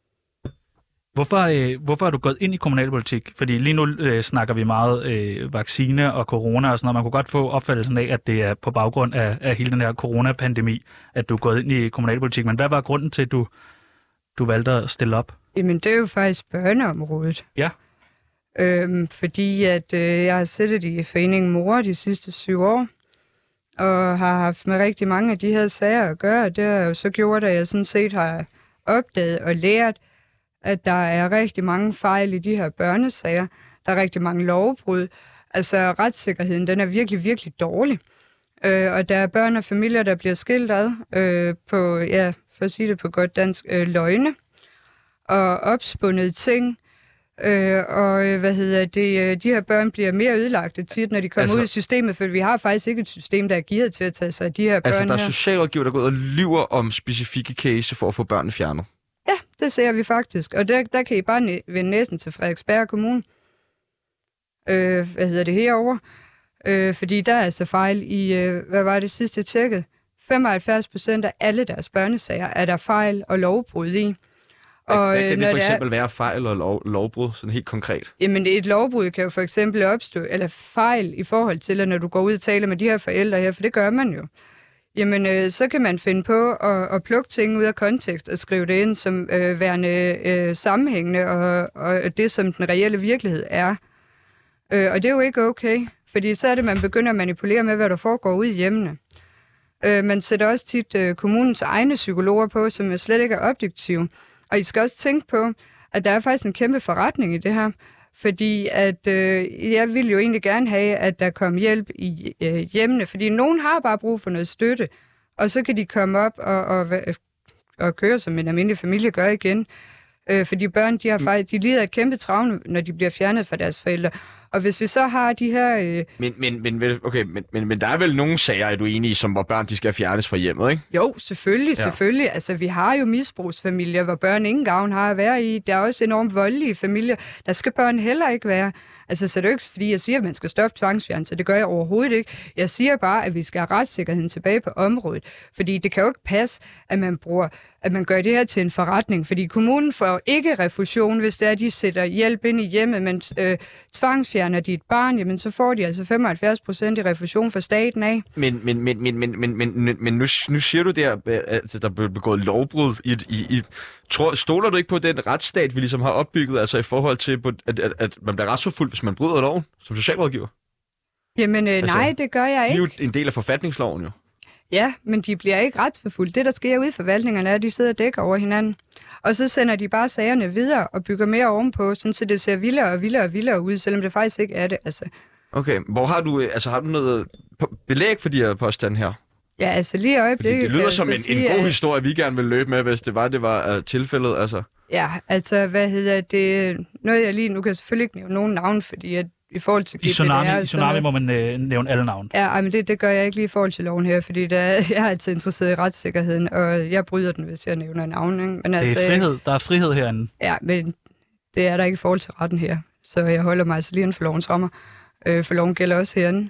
Hvorfor er du gået ind i kommunalpolitik? Fordi lige nu snakker vi meget vaccine og corona og sådan noget. Man kunne godt få opfattelsen af, at det er på baggrund af hele den her coronapandemi, at du er gået ind i kommunalpolitik. Men hvad var grunden til, at du valgte at stille op? Jamen, det er jo faktisk børneområdet. Ja. Fordi at jeg har siddet i foreningen Mor de sidste 7 år, og har haft med rigtig mange af de her sager at gøre. Det har jo så gjort, at jeg sådan set har opdaget og lært, at der er rigtig mange fejl i de her børnesager. Der er rigtig mange lovbrud. Altså, retssikkerheden, den er virkelig, virkelig dårlig. Og der er børn og familier, der bliver skilt ad på, ja, for at sige det på godt dansk, løgne og opspundet ting. De her børn bliver mere ødelagte tit, når de kommer ud i systemet, for vi har faktisk ikke et system, der er gearet til at tage sig af de her børn. Altså, der er socialrådgiver, der går ud og lyver om specifikke case for at få børnene fjernet. Ja, det ser vi faktisk. Og der kan I bare vende næsen til Frederiksberg Kommune. Herovre. Fordi der er altså fejl i, hvad var det sidste jeg tjekkede? 75% af alle deres børnesager er der fejl og lovbrud i. Og, hvad kan det for eksempel være fejl og lovbrud, sådan helt konkret? Jamen et lovbrud kan jo for eksempel opstå, eller fejl i forhold til, at når du går ud og taler med de her forældre her, for det gør man jo. Jamen, så kan man finde på at plukke ting ud af kontekst og skrive det ind som værende sammenhængende og det, som den reelle virkelighed er. Og det er jo ikke okay, fordi så er det, man begynder at manipulere med, hvad der foregår ude i hjemmene. Man sætter også tit kommunens egne psykologer på, som slet ikke er objektive. Og I skal også tænke på, at der er faktisk en kæmpe forretning i det her. Fordi at jeg vil jo egentlig gerne have, at der kom hjælp i hjemmene. Fordi nogen har bare brug for noget støtte, og så kan de komme op og køre, som en almindelig familie gør igen. Fordi børn, de lider et kæmpe traume, når de bliver fjernet fra deres forældre. Og hvis vi så har de her... Men der er vel nogle sager, er du enig i, hvor børn de skal fjernes fra hjemmet, ikke? Jo, selvfølgelig. Altså, vi har jo misbrugsfamilier, hvor børn ingen gavn har at være i. Der er også enormt voldelige familier. Der skal børn heller ikke være. Altså, så det er jo ikke, fordi jeg siger, at man skal stoppe tvangsfjernelse. Det gør jeg overhovedet ikke. Jeg siger bare, at vi skal have retssikkerheden tilbage på området. Fordi det kan jo ikke passe, at man gør det her til en forretning. Fordi kommunen får ikke refusion, hvis det er, at de sætter hjælp ind i hjemmet, men tvangsfjerner de et barn, jamen så får de altså 75% i refusion fra staten af. Men nu siger du der, at der blev begået lovbrud stoler du ikke på den retsstat, vi ligesom har opbygget, altså i forhold til, at man bliver retsforfulgt, hvis man bryder loven som socialrådgiver? Jamen nej, det gør jeg ikke. De er jo en del af forfatningsloven jo. Ja, men de bliver ikke retsforfulgt. Det, der sker ude i forvaltningerne, er, at de sidder og dækker over hinanden. Og så sender de bare sagerne videre og bygger mere ovenpå, sådan så det ser vildere ud, selvom det faktisk ikke er det. Altså. Okay, hvor har du noget belæg for de her påstande her? Ja, altså lige i øjeblikket... Fordi det lyder som en god historie, vi gerne vil løbe med, hvis det var tilfældet, altså. Ja, altså, noget jeg lige... Nu kan jeg selvfølgelig ikke nævne nogen navn, fordi at i forhold til GDPR... I Tsunami må man nævne alle navn. Ja, men det gør jeg ikke lige i forhold til loven her, fordi jeg er altid interesseret i retssikkerheden, og jeg bryder den, hvis jeg nævner navn. Ikke? Men det er frihed. Der er frihed herinde. Ja, men det er der ikke i forhold til retten her. Så jeg holder mig altså lige inden for lovens rammer. For loven gælder også herinde.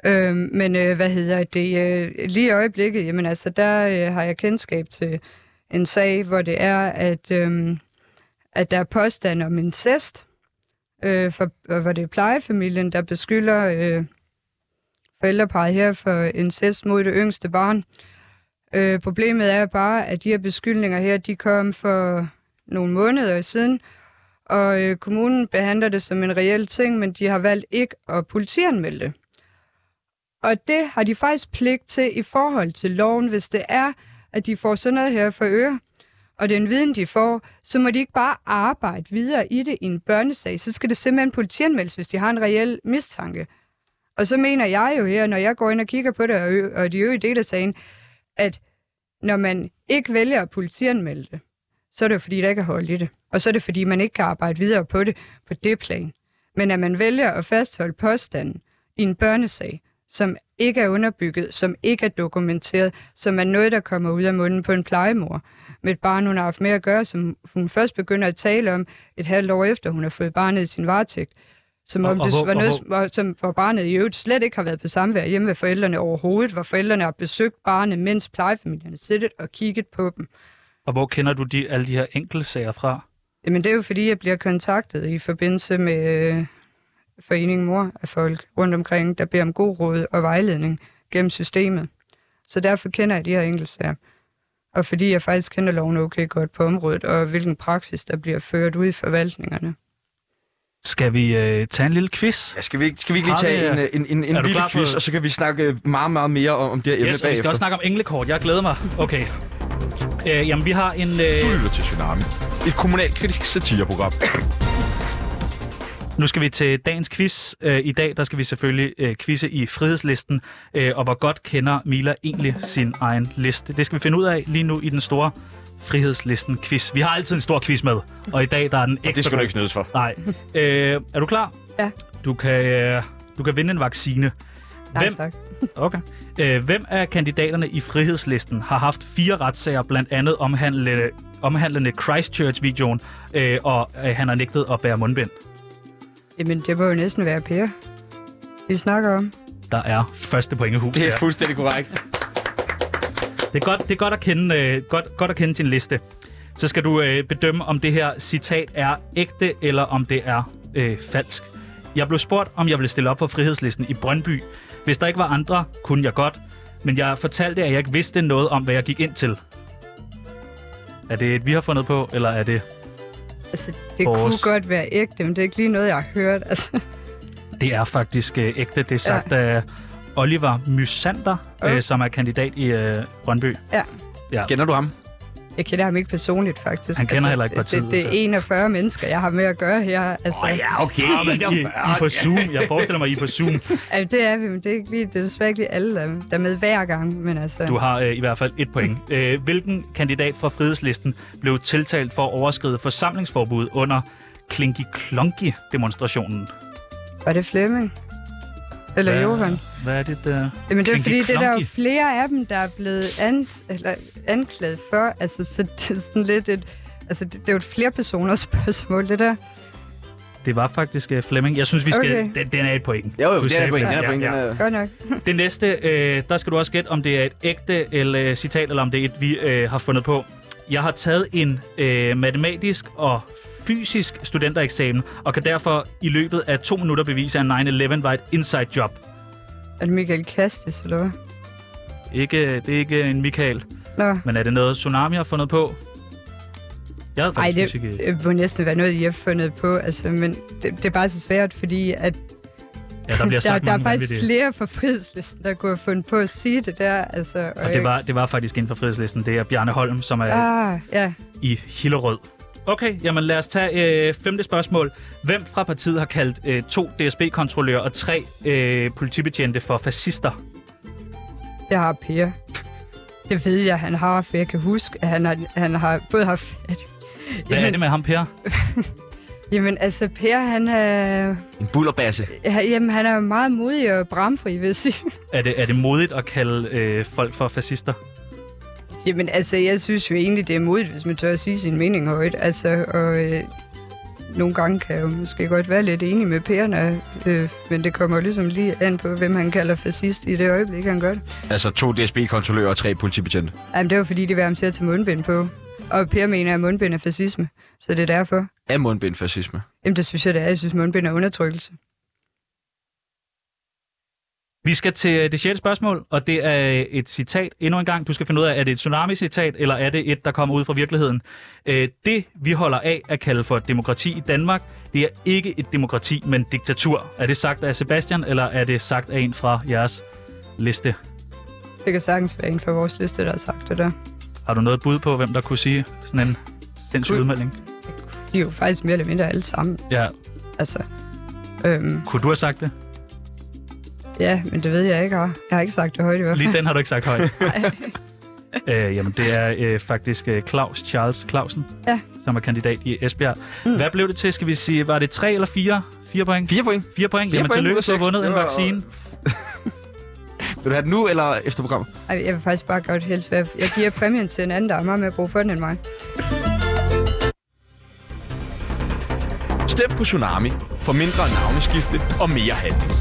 Lige i øjeblikket, jamen altså, der har jeg kendskab til en sag, hvor det er, at der er påstand om incest, hvor det er plejefamilien, der beskylder forældreparret her for incest mod det yngste barn. Problemet er bare, at de her beskyldninger her, de kom for nogle måneder siden, og kommunen behandler det som en reel ting, men de har valgt ikke at politianmelde det. Og det har de faktisk pligt til i forhold til loven, hvis det er, at de får sådan noget her for øre, og den viden, de får, så må de ikke bare arbejde videre i det i en børnesag. Så skal det simpelthen politianmeldes, hvis de har en reel mistanke. Og så mener jeg jo her, når jeg går ind og kigger på det, og de øvrige dele af sagen, at når man ikke vælger at politianmelde det, så er det jo fordi, der ikke er hold i det. Og så er det fordi, man ikke kan arbejde videre på det på det plan. Men at man vælger at fastholde påstanden i en børnesag, som ikke er underbygget, som ikke er dokumenteret, som er noget, der kommer ud af munden på en plejemor med et barn, hun har haft med at gøre, som hun først begynder at tale om et halvt år efter, hun har fået barnet i sin varetægt. Som om det var noget, hvor barnet i øvrigt slet ikke har været på samvær hjemme ved forældrene overhovedet, hvor forældrene har besøgt barnet, mens plejefamilierne siddet og kigget på dem. Og hvor kender du alle de her enkeltsager fra? Jamen det er jo fordi, jeg bliver kontaktet i forbindelse med Foreningen Mor af folk rundt omkring, der beder om god råd og vejledning gennem systemet. Så derfor kender jeg de her enkeltsager. Og fordi jeg faktisk kender loven okay godt på området, og hvilken praksis, der bliver ført ud i forvaltningerne. Skal vi tage en lille quiz? Ja, skal vi ikke lige tage en lille quiz, og så kan vi snakke meget, meget mere om det her emne bagefter. Vi skal også snakke om englekort. Jeg glæder mig. Okay. Jamen, vi har en... Du lytter til Tsunami. Et kommunalkritisk satireprogram. Nu skal vi til dagens quiz. I dag der skal vi selvfølgelig quizze i frihedslisten, og hvor godt kender Mila egentlig sin egen liste. Det skal vi finde ud af lige nu i den store frihedslisten-quiz. Vi har altid en stor quiz med, og i dag der er den ekstra... Det skal du ikke snydes for. Nej. Er du klar? Ja. Du kan vinde en vaccine. Tak. Okay. Hvem af kandidaterne i frihedslisten har haft 4 retssager, blandt andet omhandlende Christchurch-videoen, og han har nægtet at bære mundbind? Jamen, det må jo næsten være Per, vi snakker om. Der er første point i hus. Det er fuldstændig korrekt. Det er godt at kende sin liste. Så skal du bedømme, om det her citat er ægte, eller om det er falsk. Jeg blev spurgt, om jeg ville stille op på frihedslisten i Brøndby. Hvis der ikke var andre, kunne jeg godt. Men jeg fortalte, at jeg ikke vidste noget om, hvad jeg gik ind til. Er det et, vi har fundet på, eller er det... Altså, det kunne godt være ægte, men det er ikke lige noget, jeg har hørt. Altså. Det er faktisk ægte. Det er sagt af Oliver Mysander, som er kandidat i Brøndby. Ja. Kender du ham? Jeg kender ham ikke personligt, faktisk. Han kender heller ikke partiet. Det er 41 mennesker, jeg har med at gøre her. Altså. Ja, okay. I på Zoom. Jeg forestiller mig, I på Zoom. Ja, det er vi, men det er desværre ikke lige alle, der er med hver gang. Men altså... Du har i hvert fald 1 point. Hvilken kandidat fra frihedslisten blev tiltalt for at overskride forsamlingsforbud under Klinky-Klonky-demonstrationen? Var det Flemming? Eller Johan? Hvad er det der? Jamen det er Klinky fordi, det er der jo Klonky. flere af dem, der er blevet anklaget for. Altså, så det er sådan lidt et... Altså, det er jo et flerpersoners spørgsmål, det der. Det var faktisk Flemming. Jeg synes, vi skal... Okay. Den er et point. Jo, Du det er sagde point. Flemming. Den er point. Ja, Den er... Godt nok. Det næste, der skal du også gætte, om det er et ægte eller citat, eller om det er et, vi har fundet på. Jeg har taget en matematisk og fysisk studentereksamen, og kan derfor i løbet af 2 minutter bevise, at 9/11 var et inside job. Er det Michael Kastis, eller hvad? Det er ikke en Michael, Nå. men er det noget, Tsunami har fundet på? Jeg havde Ej, faktisk fysik. det må næsten være noget, I har fundet på, altså, men det er bare så svært, fordi at Ja, der bliver sagt der er mange faktisk vanvittige. flere fra Frihedslisten, der kunne have fundet på at sige det der. Altså, Og det var faktisk inden for Frihedslisten. Det er Bjarne Holm, som er ja. i Hillerød. Okay, jamen lad os tage 5. spørgsmål. Hvem fra partiet har kaldt 2 DSB-kontrollører og 3 politibetjente for fascister? Det har Per. Det ved jeg, han har, for jeg kan huske, at han har både haft... Hvad er det med ham, Per? Jamen, altså, Per, han er... En bullerbasse. Jamen, han er meget modig og bramfri, vil jeg sige. Er det modigt at kalde folk for fascister? Jamen, altså, jeg synes jo egentlig, det er modigt, hvis man tør at sige sin mening højt. Altså, og nogle gange kan jeg jo måske godt være lidt enig med Per, men det kommer jo ligesom lige an på, hvem han kalder fascist i det øjeblik, han gør det. Altså 2 DSB-kontrollører og 3 politibetjente. Jamen, det var fordi, de var ham til at tage mundbind på. Og Per mener, at mundbind er fascisme, så det er derfor. Er mundbind fascisme? Jamen, det synes jeg, det er. Jeg synes, mundbind er undertrykkelse. Vi skal til det 6. spørgsmål, og det er et citat endnu en gang. Du skal finde ud af, er det et tsunami-citat, eller er det et, der kommer ud fra virkeligheden? Det, vi holder af at kalde for demokrati i Danmark, det er ikke et demokrati, men diktatur. Er det sagt af Sebastian, eller er det sagt af en fra jeres liste? Det kan sagtens være en fra vores liste, der har sagt det der. Har du noget bud på, hvem der kunne sige sådan en sindssyg udmelding? De er jo faktisk mere eller mindre alle sammen. Ja. Altså, Kunne du have sagt det? ja, men det ved jeg ikke. Jeg har ikke sagt det højt i hvert fald. Lige den har du ikke sagt højt. Nej. Jamen, det er faktisk Claus Charles Clausen, Ja. som er kandidat i Esbjerg. Hvad blev det til? Skal vi sige, var det 3 eller 4? 4 point? 4 point. 4 point? Fire Jamen, point ud tillykke, af du har 6. vundet en Det var- vaccine. Vil du have den nu, eller efter programmet? Ej, jeg vil faktisk bare godt helst være... Jeg giver præmien til en anden, der er meget mere brug for den end mig. Stem på Tsunami for mindre navneskifte og mere handling.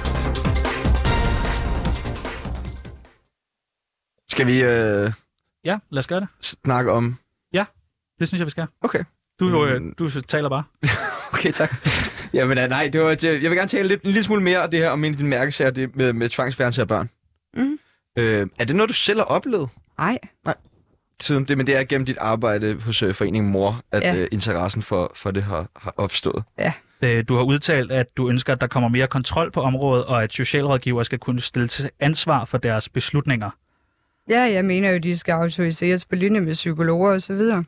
Skal vi Ja, lad os gøre det. snakke om... Det synes jeg, vi skal. Okay. Du taler bare. Okay, tak. Jamen nej, jeg vil gerne tale en lille smule mere om det her, om en af dine mærkesager, det med tvangsfjernelse af børn. Mhm. Er det noget, du selv har oplevet? Nej. Siden det, men det er gennem dit arbejde hos foreningen Mor, at Ja. interessen for det har opstået. Du har udtalt, at du ønsker, at der kommer mere kontrol på området, og at socialrådgivere skal kunne stille til ansvar for deres beslutninger. Ja, jeg mener jo, de skal autoriseres på linje med psykologer og så videre.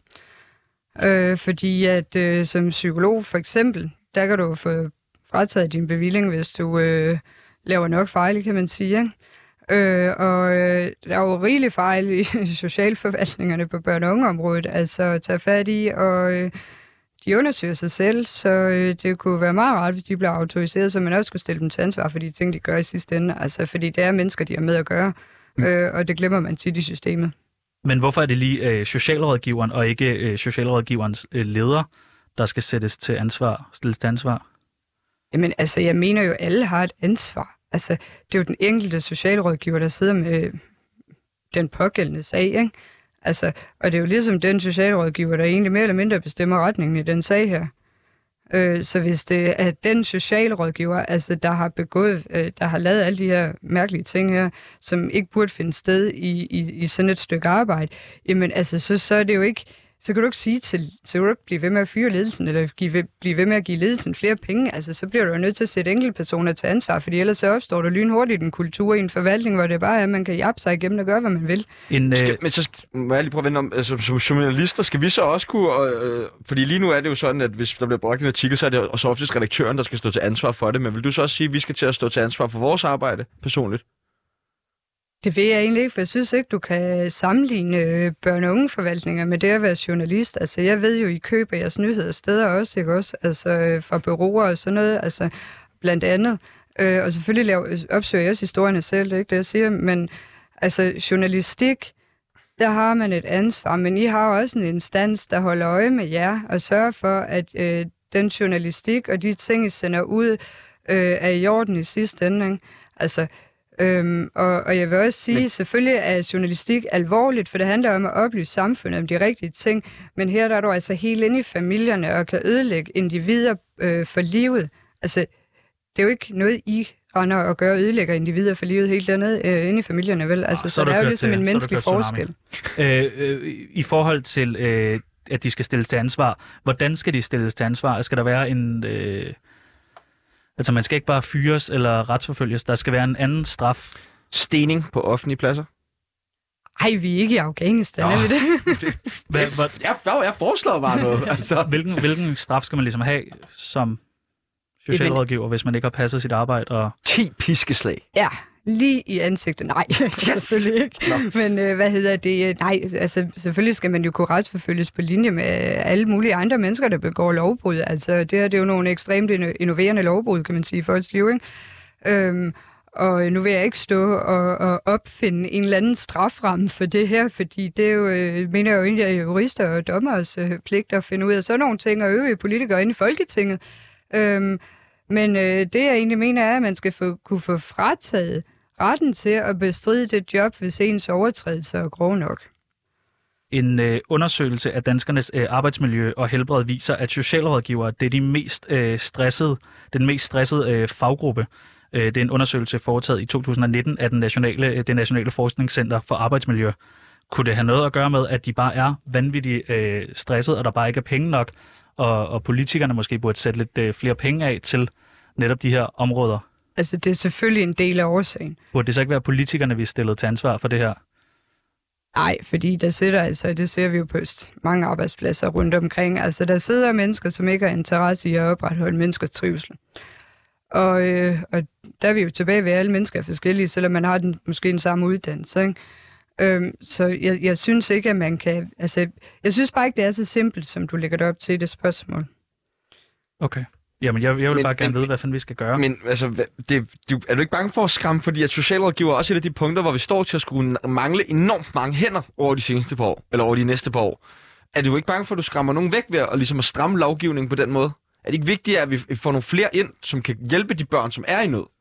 Fordi at som psykolog for eksempel, der kan du få frataget din bevilling, hvis du laver nok fejl, kan man sige. Ikke? Der er jo rigeligt fejl i socialforvaltningerne på børne- og ungeområdet, altså at tage fat i, og de undersøger sig selv, så det kunne være meget rart, hvis de bliver autoriseret, så man også skulle stille dem til ansvar for de ting, de gør i sidste ende. Altså, fordi det er mennesker, de har med at gøre, og det glemmer man tit i systemet. Men hvorfor er det lige socialrådgiveren og ikke socialrådgiverens leder, der skal stilles til ansvar? Jamen, altså, jeg mener jo, at alle har et ansvar. Altså, det er jo den enkelte socialrådgiver, der sidder med den pågældende sag, ikke? Altså, og det er jo ligesom den socialrådgiver, der egentlig mere eller mindre bestemmer retningen i den sag her. Så hvis det er den socialrådgiver, altså, der har begået, der har lavet alle de her mærkelige ting her, som ikke burde finde sted i sådan et stykke arbejde, jamen altså, så er det jo ikke... Så kan du ikke sige så kan du ikke blive ved med at fyre ledelsen, eller blive ved med at give ledelsen flere penge. Altså, så bliver du jo nødt til at sætte enkeltpersoner til ansvar, fordi ellers så opstår der lynhurtigt en kultur i en forvaltning, hvor det bare er, at man kan jappe sig igennem og gøre, hvad man vil. Men så må jeg lige prøve at vende om, altså, som journalister, skal vi så også kunne, fordi lige nu er det jo sådan, at hvis der bliver brugt en artikel, så er det også oftest redaktøren, der skal stå til ansvar for det, men vil du så også sige, at vi skal til at stå til ansvar for vores arbejde personligt? Det ved jeg egentlig ikke, for jeg synes ikke, du kan sammenligne børne- og ungeforvaltninger med det at være journalist. Altså, jeg ved jo, I køber jeres nyheder steder også, ikke også? Altså, fra bureauer og sådan noget. Altså, blandt andet. Og selvfølgelig opsøger jeg også historierne selv, det er ikke det, jeg siger, men altså journalistik, der har man et ansvar, men I har også en instans, der holder øje med jer og sørger for, at den journalistik og de ting, I sender ud, er i orden i sidste ende. Ikke? Altså, og jeg vil også sige, selvfølgelig er journalistik alvorligt, for det handler om at oplyse samfundet om de rigtige ting, men her der er du altså helt inde i familierne og kan ødelægge individer for livet. Altså, det er jo ikke noget, I render og gør ødelægger individer for livet helt dernede inde i familierne, vel? Altså, så der er jo ligesom en menneskelig forskel. I forhold til, at de skal stilles til ansvar, hvordan skal de stilles til ansvar? Skal der være en... Altså, man skal ikke bare fyres eller retsforfølges. Der skal være en anden straf. Stening på offentlige pladser? Ej, vi er ikke i Afghanistan, er vi det? Jeg foreslår bare noget. Altså. Hvilken straf skal man ligesom have som socialrådgiver, hvis man ikke har passet sit arbejde? Og... 10 piskeslag. Ja, lige i ansigtet. Nej, selvfølgelig ikke. Men hvad hedder det? Nej, altså selvfølgelig skal man jo kunne retsforfølges på linje med alle mulige andre mennesker, der begår lovbrud. Altså det er jo nogle ekstremt innoverende lovbrud, kan man sige, i folks liv, ikke? Og nu vil jeg ikke stå og opfinde en eller anden straframme for det her, fordi det er jo, mener jeg jo egentlig, at jurister og dommers pligt at finde ud af sådan nogle ting, og øvrige politikere inde i Folketinget. Men det, jeg egentlig mener, er, at man skal kunne få frataget retten til at bestride det job, hvis ens overtrædelser er grov nok. En undersøgelse af danskernes arbejdsmiljø og helbred viser, at socialrådgivere det er den mest stressede faggruppe. Det er en undersøgelse foretaget i 2019 af det Nationale Forskningscenter for Arbejdsmiljø. Kunne det have noget at gøre med, at de bare er vanvittigt stresset, og der bare ikke er penge nok, og politikerne måske burde sætte lidt flere penge af til netop de her områder? Altså, det er selvfølgelig en del af årsagen. Burde det så ikke være politikerne, vi stillede til ansvar for det her? Nej, fordi der sidder altså, det ser vi jo på mange arbejdspladser rundt omkring, altså der sidder mennesker, som ikke har interesse i at opretholde menneskers trivsel. Og der er vi jo tilbage ved, at alle mennesker er forskellige, selvom man har måske den samme uddannelse, ikke? Så jeg synes ikke, at man kan... Altså, jeg synes bare ikke, det er så simpelt, som du lægger det op til i det spørgsmål. Okay. Jamen, jeg vil bare gerne vide, hvad fanden vi skal gøre. Men altså, er du ikke bange for at skræmme? Fordi at socialrådgiver er også et af de punkter, hvor vi står til at skulle mangle enormt mange hænder over de seneste par år, eller over de næste par år. Er du ikke bange for, at du skræmmer nogen væk ved at, ligesom at stramme lovgivningen på den måde? Er det ikke vigtigt, at vi får nogle flere ind, som kan hjælpe de børn, som er i nød?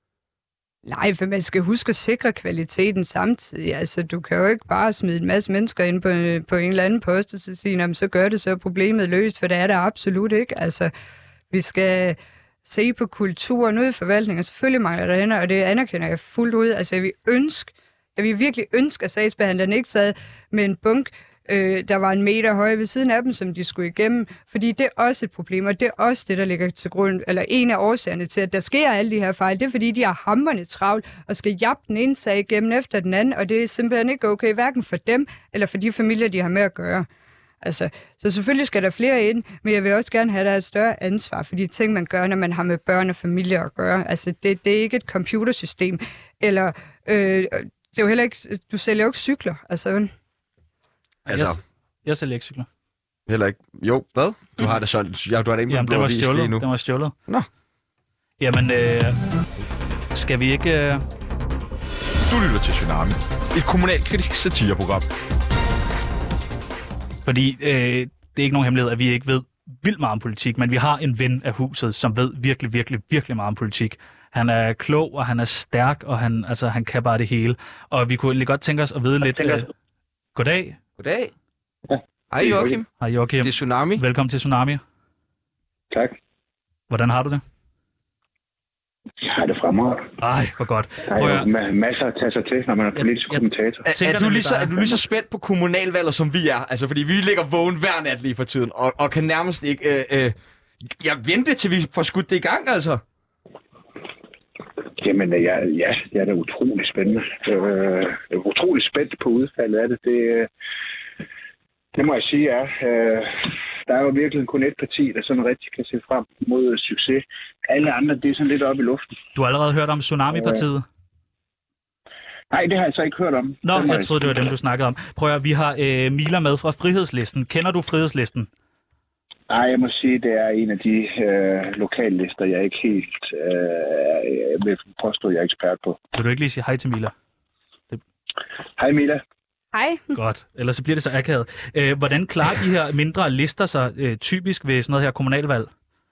Nej, for man skal huske at sikre kvaliteten samtidig. Altså, du kan jo ikke bare smide en masse mennesker ind på en eller anden post, og så sige, så gør det, så er problemet løst, for det er det absolut ikke. Altså, vi skal se på kulturen ude i forvaltningen, og selvfølgelig mangler der hænder, og det anerkender jeg fuldt ud. Altså, jeg vil virkelig ønske, at sagsbehandlerne ikke sad med en bunk, der var 1 meter høj ved siden af dem, som de skulle igennem, fordi det er også et problem, og det er også det, der ligger til grund, eller en af årsagerne til, at der sker alle de her fejl. Det er, fordi de har hamrende travlt og skal jappe den ene sag igennem efter den anden, og det er simpelthen ikke okay, hverken for dem eller for de familier, de har med at gøre. Altså, så selvfølgelig skal der flere ind, men jeg vil også gerne have, at der er et større ansvar for de ting, man gør, når man har med børn og familier at gøre. Altså, det er ikke et computersystem, eller det er jo heller ikke, du sælger jo ikke cykler, altså. Altså, jeg sælger ikke cykler. Heller ikke. Jo, hvad? Du har det solgt. Ja, du har det inde på den blå avis lige nu. Den var stjålet. Nå. Jamen, skal vi ikke... Du lytter til Tsunami. Et kommunalkritisk satireprogram. Fordi det er ikke nogen hemmelighed, at vi ikke ved vildt meget om politik, men vi har en ven af huset, som ved virkelig, virkelig, virkelig meget om politik. Han er klog, og han er stærk, og han kan bare det hele. Og vi kunne egentlig godt tænke os at vide lidt... Goddag. Goddag. Ja. Hej Joachim. Hej Joachim. Det er Tsunami. Velkommen til Tsunami. Tak. Hvordan har du det? Jeg har det fremragende. Ej, hvor godt. Der er jo masser at tage sig til, når man er politisk kommentator. Er du lige så spændt på kommunalvalget, som vi er? Altså, fordi vi ligger vågen hver nat lige for tiden, og kan nærmest ikke... Jeg venter til, vi får skudt det i gang, altså. Jamen, ja, det er da utrolig spændende. Jeg er utrolig spændt på udfaldet af det. Det må jeg sige, ja. Der er jo virkelig kun et parti, der sådan rigtig kan se frem mod succes. Alle andre, det er sådan lidt oppe i luften. Du har allerede hørt om Tsunami-partiet? Nej, det har jeg så ikke hørt om. Nå, jeg troede, det var dem, du snakkede om. Prøv at vi har Mila med fra Frihedslisten. Kender du Frihedslisten? Nej, jeg må sige, det er en af de lokallister, jeg ikke helt vil påstå, jeg er ekspert på. Vil du ikke lige sige hej til Mila? Hej Mila. Hej. Godt, ellers så bliver det så akavet. Hvordan klarer de her mindre lister sig typisk ved sådan noget her kommunalvalg?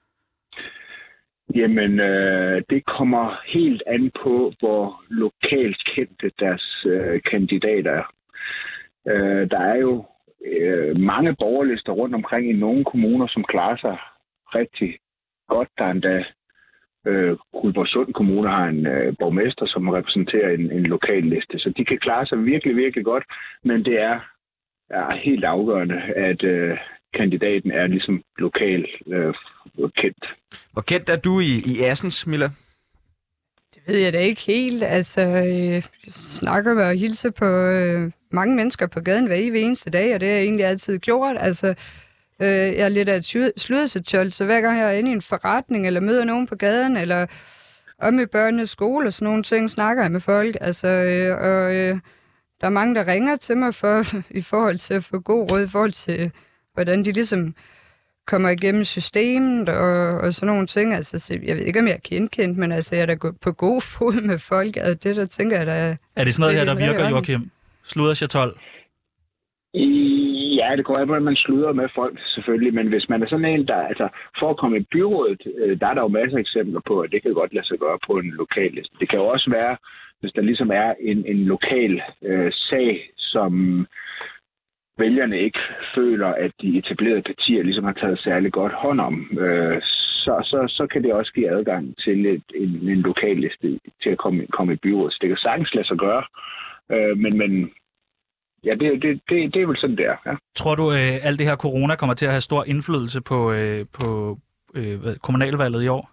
Jamen, det kommer helt an på, hvor lokalt kendte deres kandidater er. Der er jo mange borgerlister rundt omkring i nogle kommuner, som klarer sig rigtig godt. Der er endda Guldborgsund Kommune har en borgmester, som repræsenterer en lokal liste. Så de kan klare sig virkelig, virkelig godt. Men det er helt afgørende, at kandidaten er ligesom lokal kendt. Hvor kendt er du i Assens, Mila? Det ved jeg da ikke helt. Altså, jeg snakker med og hilser på mange mennesker på gaden hver eneste dag, og det har jeg egentlig altid gjort. Altså, jeg er lidt af et sludersetsjold, så hver gang jeg er inde i en forretning, eller møder nogen på gaden, eller om i børnenes skole og sådan nogle ting, snakker jeg med folk. Altså, der er mange, der ringer til mig i forhold til at få god råd, i forhold til, hvordan de ligesom kommer igennem systemet og sådan nogle ting. Altså, jeg ved ikke, om jeg er kendt, men altså, jeg er da på god fod med folk, og det der tænker jeg, der er det sådan noget her, der virker, Joachim? Sludersjetol? Ja, det går an på, at man sluder med folk, selvfølgelig. Men hvis man er sådan en, der... Altså, for at komme i byrådet, der er der jo masser af eksempler på, at det kan godt lade sig gøre på en lokal liste. Det kan jo også være, hvis der ligesom er en lokal sag, som vælgerne ikke føler, at de etablerede partier ligesom har taget særlig godt hånd om, så kan det også give adgang til en lokal liste til at komme i byrådet. Så det kan sagtens lade sig gøre, men ja, det er vel sådan, det er. Ja. Tror du, alt det her corona kommer til at have stor indflydelse på kommunalvalget i år?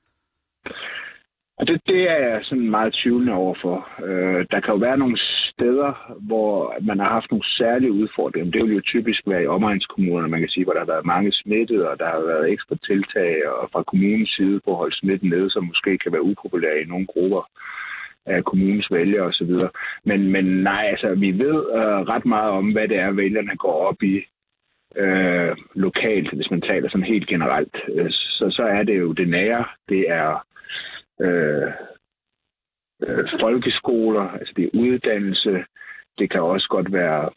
Og det er jeg sådan meget tvivlende overfor. Der kan jo være nogle steder, hvor man har haft nogle særlige udfordringer. Det vil jo typisk være i omegnskommunerne, man kan sige, hvor der har været mange smittede, og der har været ekstra tiltag og fra kommunens side på at holde smitten nede, som måske kan være upopulære i nogle grupper af kommunens vælgere osv. Men nej, altså vi ved ret meget om, hvad det er, vælgerne går op i lokalt, hvis man taler sådan helt generelt. Så er det jo det nære, det er folkeskoler, altså det er uddannelse, det kan også godt være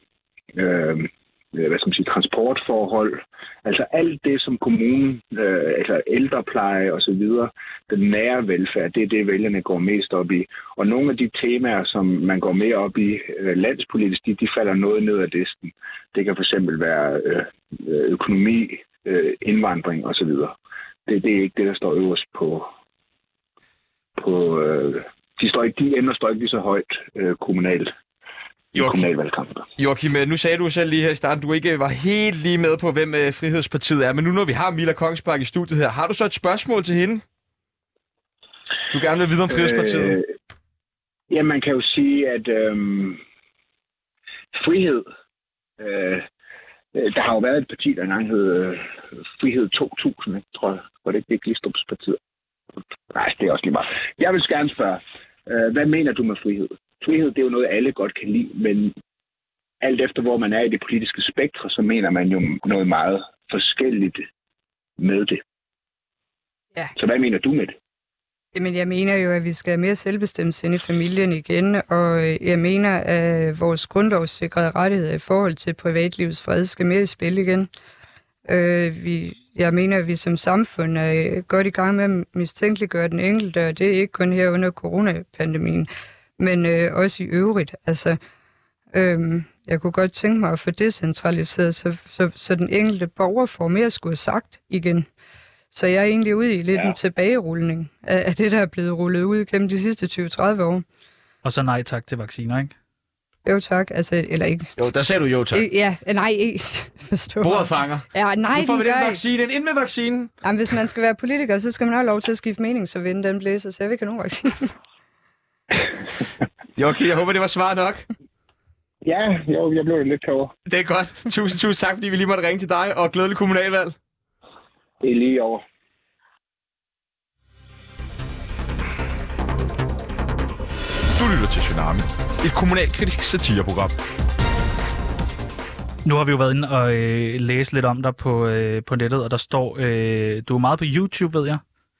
transportforhold, altså alt det som kommunen, altså ældrepleje og så videre, den nære velfærd, det er det vælgerne går mest op i. Og nogle af de temaer, som man går mere op i landspolitisk, de falder noget ned ad listen. Det kan fx være økonomi, indvandring og så videre. Det er ikke det, der står øverst på de ender står ikke lige så højt kommunalt i kommunalvalgkampen. Joachim, nu sagde du selv lige her i starten, du ikke var helt lige med på, hvem Frihedspartiet er, men nu når vi har Mila Kongsbak i studiet her, har du så et spørgsmål til hende? Du gerne vil vide om Frihedspartiet? Ja, man kan jo sige, at frihed... der har jo været et parti, der engang hed Frihed 2000, ikke, tror jeg. Var det ikke Glistrup's partiet? Nej, det er også lige meget. Jeg vil gerne spørge, hvad mener du med frihed? Frihed, det er jo noget, alle godt kan lide, men alt efter, hvor man er i det politiske spektre, så mener man jo noget meget forskelligt med det. Ja. Så hvad mener du med det? Jamen, jeg mener jo, at vi skal have mere selvbestemmelse ind i familien igen, og jeg mener, at vores grundlovssikrede rettigheder i forhold til privatlivets fred skal mere i spil igen. Jeg mener, at vi som samfund er godt i gang med at mistænkeliggøre den enkelte, og det er ikke kun her under coronapandemien, men også i øvrigt. Altså, jeg kunne godt tænke mig at få decentraliseret, så den enkelte borger får mere skulle have sagt igen. Så jeg er egentlig ude i lidt en tilbagerulning af det, der er blevet rullet ud gennem de sidste 20-30 år. Og så nej tak til vacciner, ikke? Jo tak, altså, eller ikke. Jo, der sagde du jo tak. Ja, nej, ikke. Forstår. Bordet fanger. Ja, nej, nu får vi den vaccine, ind med vaccinen. Jamen, hvis man skal være politiker, så skal man have lov til at skifte mening, så vinden den blæser, så jeg vil ikke have nogen vaccine. Okay, jeg håber, det var svar nok. Ja, jeg blev lidt klogere. Det er godt. Tusind tak, fordi vi lige måtte ringe til dig, og glædelig kommunalvalg. Det er lige over. Du lytter til Tsunami, et kommunalkritisk satireprogram. Nu har vi jo været inde og læse lidt om dig på nettet, og der står, du er meget på YouTube, ved jeg.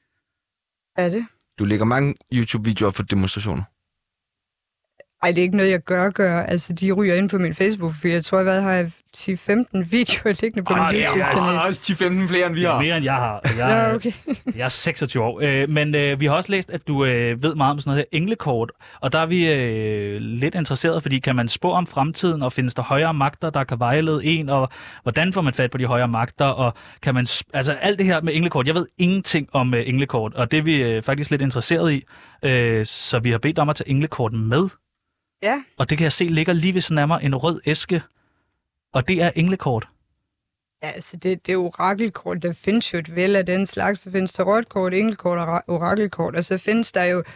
Er det? Du lægger mange YouTube-videoer for demonstrationer. Ej, det er ikke noget, jeg gør. Altså, de ryger ind på min Facebook, for jeg tror, hvad har jeg 10-15 videoer liggende på min YouTube-kanal. Også 10-15 flere, end vi har. Mere end jeg har. Ja, okay. Jeg er 26 år. Men vi har også læst, at du ved meget om sådan noget her englekort. Og der er vi lidt interesseret, fordi kan man spå om fremtiden, og findes der højere magter, der kan vejlede en, og hvordan får man fat på de højere magter, og kan man... Altså alt det her med englekort, jeg ved ingenting om englekort, og det er vi faktisk lidt interesseret i. Så vi har bedt om at tage englekort med. Ja. Og det kan jeg se ligger lige ved siden af mig en rød æske, og det er englekort. Ja, altså det er orakelkort. Der findes jo et væld af den slags. Der findes tarotkort, englekort og orakelkort, og så findes der jo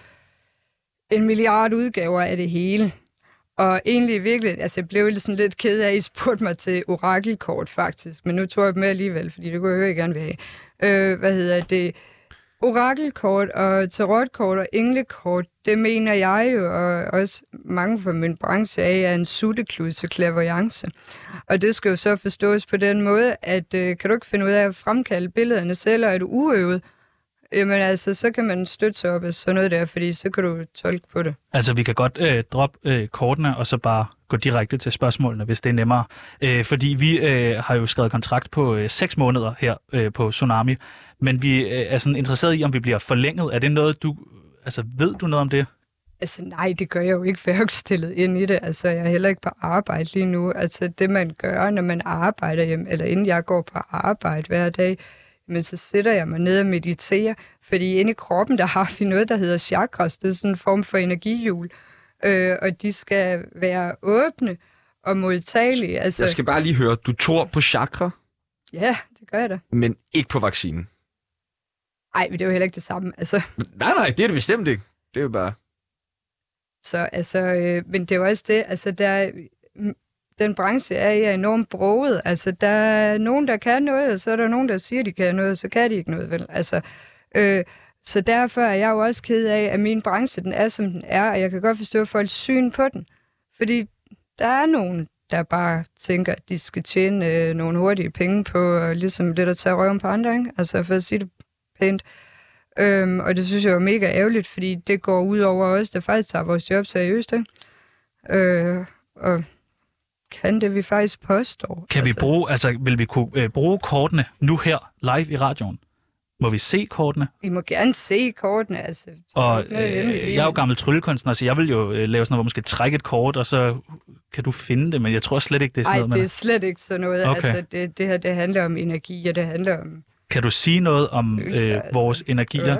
1 milliard udgaver af det hele. Og egentlig virkelig, altså jeg blev sådan lidt ked af, at I spurgte mig til orakelkort faktisk, men nu tror jeg med alligevel, fordi det kunne jeg høre, jeg gerne vil have. Orakelkort og tarotkort og englekort, det mener jeg jo, og også mange fra min branche er en sutteklud til clairvoyance. Og det skal jo så forstås på den måde, at kan du ikke finde ud af at fremkalde billederne selv, og er du uøvet, jamen altså, så kan man støtte sig op af sådan noget der, fordi så kan du tolke på det. Altså, vi kan godt droppe kortene, og så bare gå direkte til spørgsmålene, hvis det er nemmere. Fordi vi har jo skrevet kontrakt på 6 måneder her på Tsunami, men vi er sådan interesseret i, om vi bliver forlænget. Er det noget, ved du noget om det? Altså nej, det gør jeg jo ikke, for jeg er jo ikke stillet ind i det. Altså, jeg er heller ikke på arbejde lige nu. Altså, det man gør, når man arbejder hjem, eller inden jeg går på arbejde hver dag, men så sætter jeg mig ned og mediterer, fordi inde i kroppen, der har vi noget, der hedder chakras. Det er sådan en form for energihjul, og de skal være åbne og modtagelige. Altså, jeg skal bare lige høre, du tror på chakra? Ja, det gør jeg da. Men ikke på vaccinen? Nej, men det er jo heller ikke det samme. Altså. Nej, det er det bestemt ikke. Det er jo bare... Så altså, men det er jo også det, altså den branche er enormt broget. Altså, der er nogen, der kan noget, og så er der nogen, der siger, de kan noget, og så kan de ikke noget, vel? Altså, så derfor er jeg jo også ked af, at min branche, den er, som den er, og jeg kan godt forstå folks syn på den. Fordi der er nogen, der bare tænker, at de skal tjene nogle hurtige penge på, ligesom lidt at tage røven på andre, ikke? Altså, for at sige det pænt. Og det synes jeg er mega ærgerligt, fordi det går ud over os, der faktisk tager vores job seriøst, ikke? Og kan det, vi faktisk påstår. Kan vi vil vi kunne bruge kortene nu her, live i radioen? Må vi se kortene? Vi må gerne se kortene, altså. Og jeg er jo gammel tryllekunstner, så jeg vil jo lave sådan noget, hvor måske trække et kort, og så kan du finde det, men jeg tror slet ikke, det er sådan noget. Nej, det er slet ikke sådan noget. Okay. Altså, det her, det handler om energi, og det handler om... Kan du sige noget om vores energier?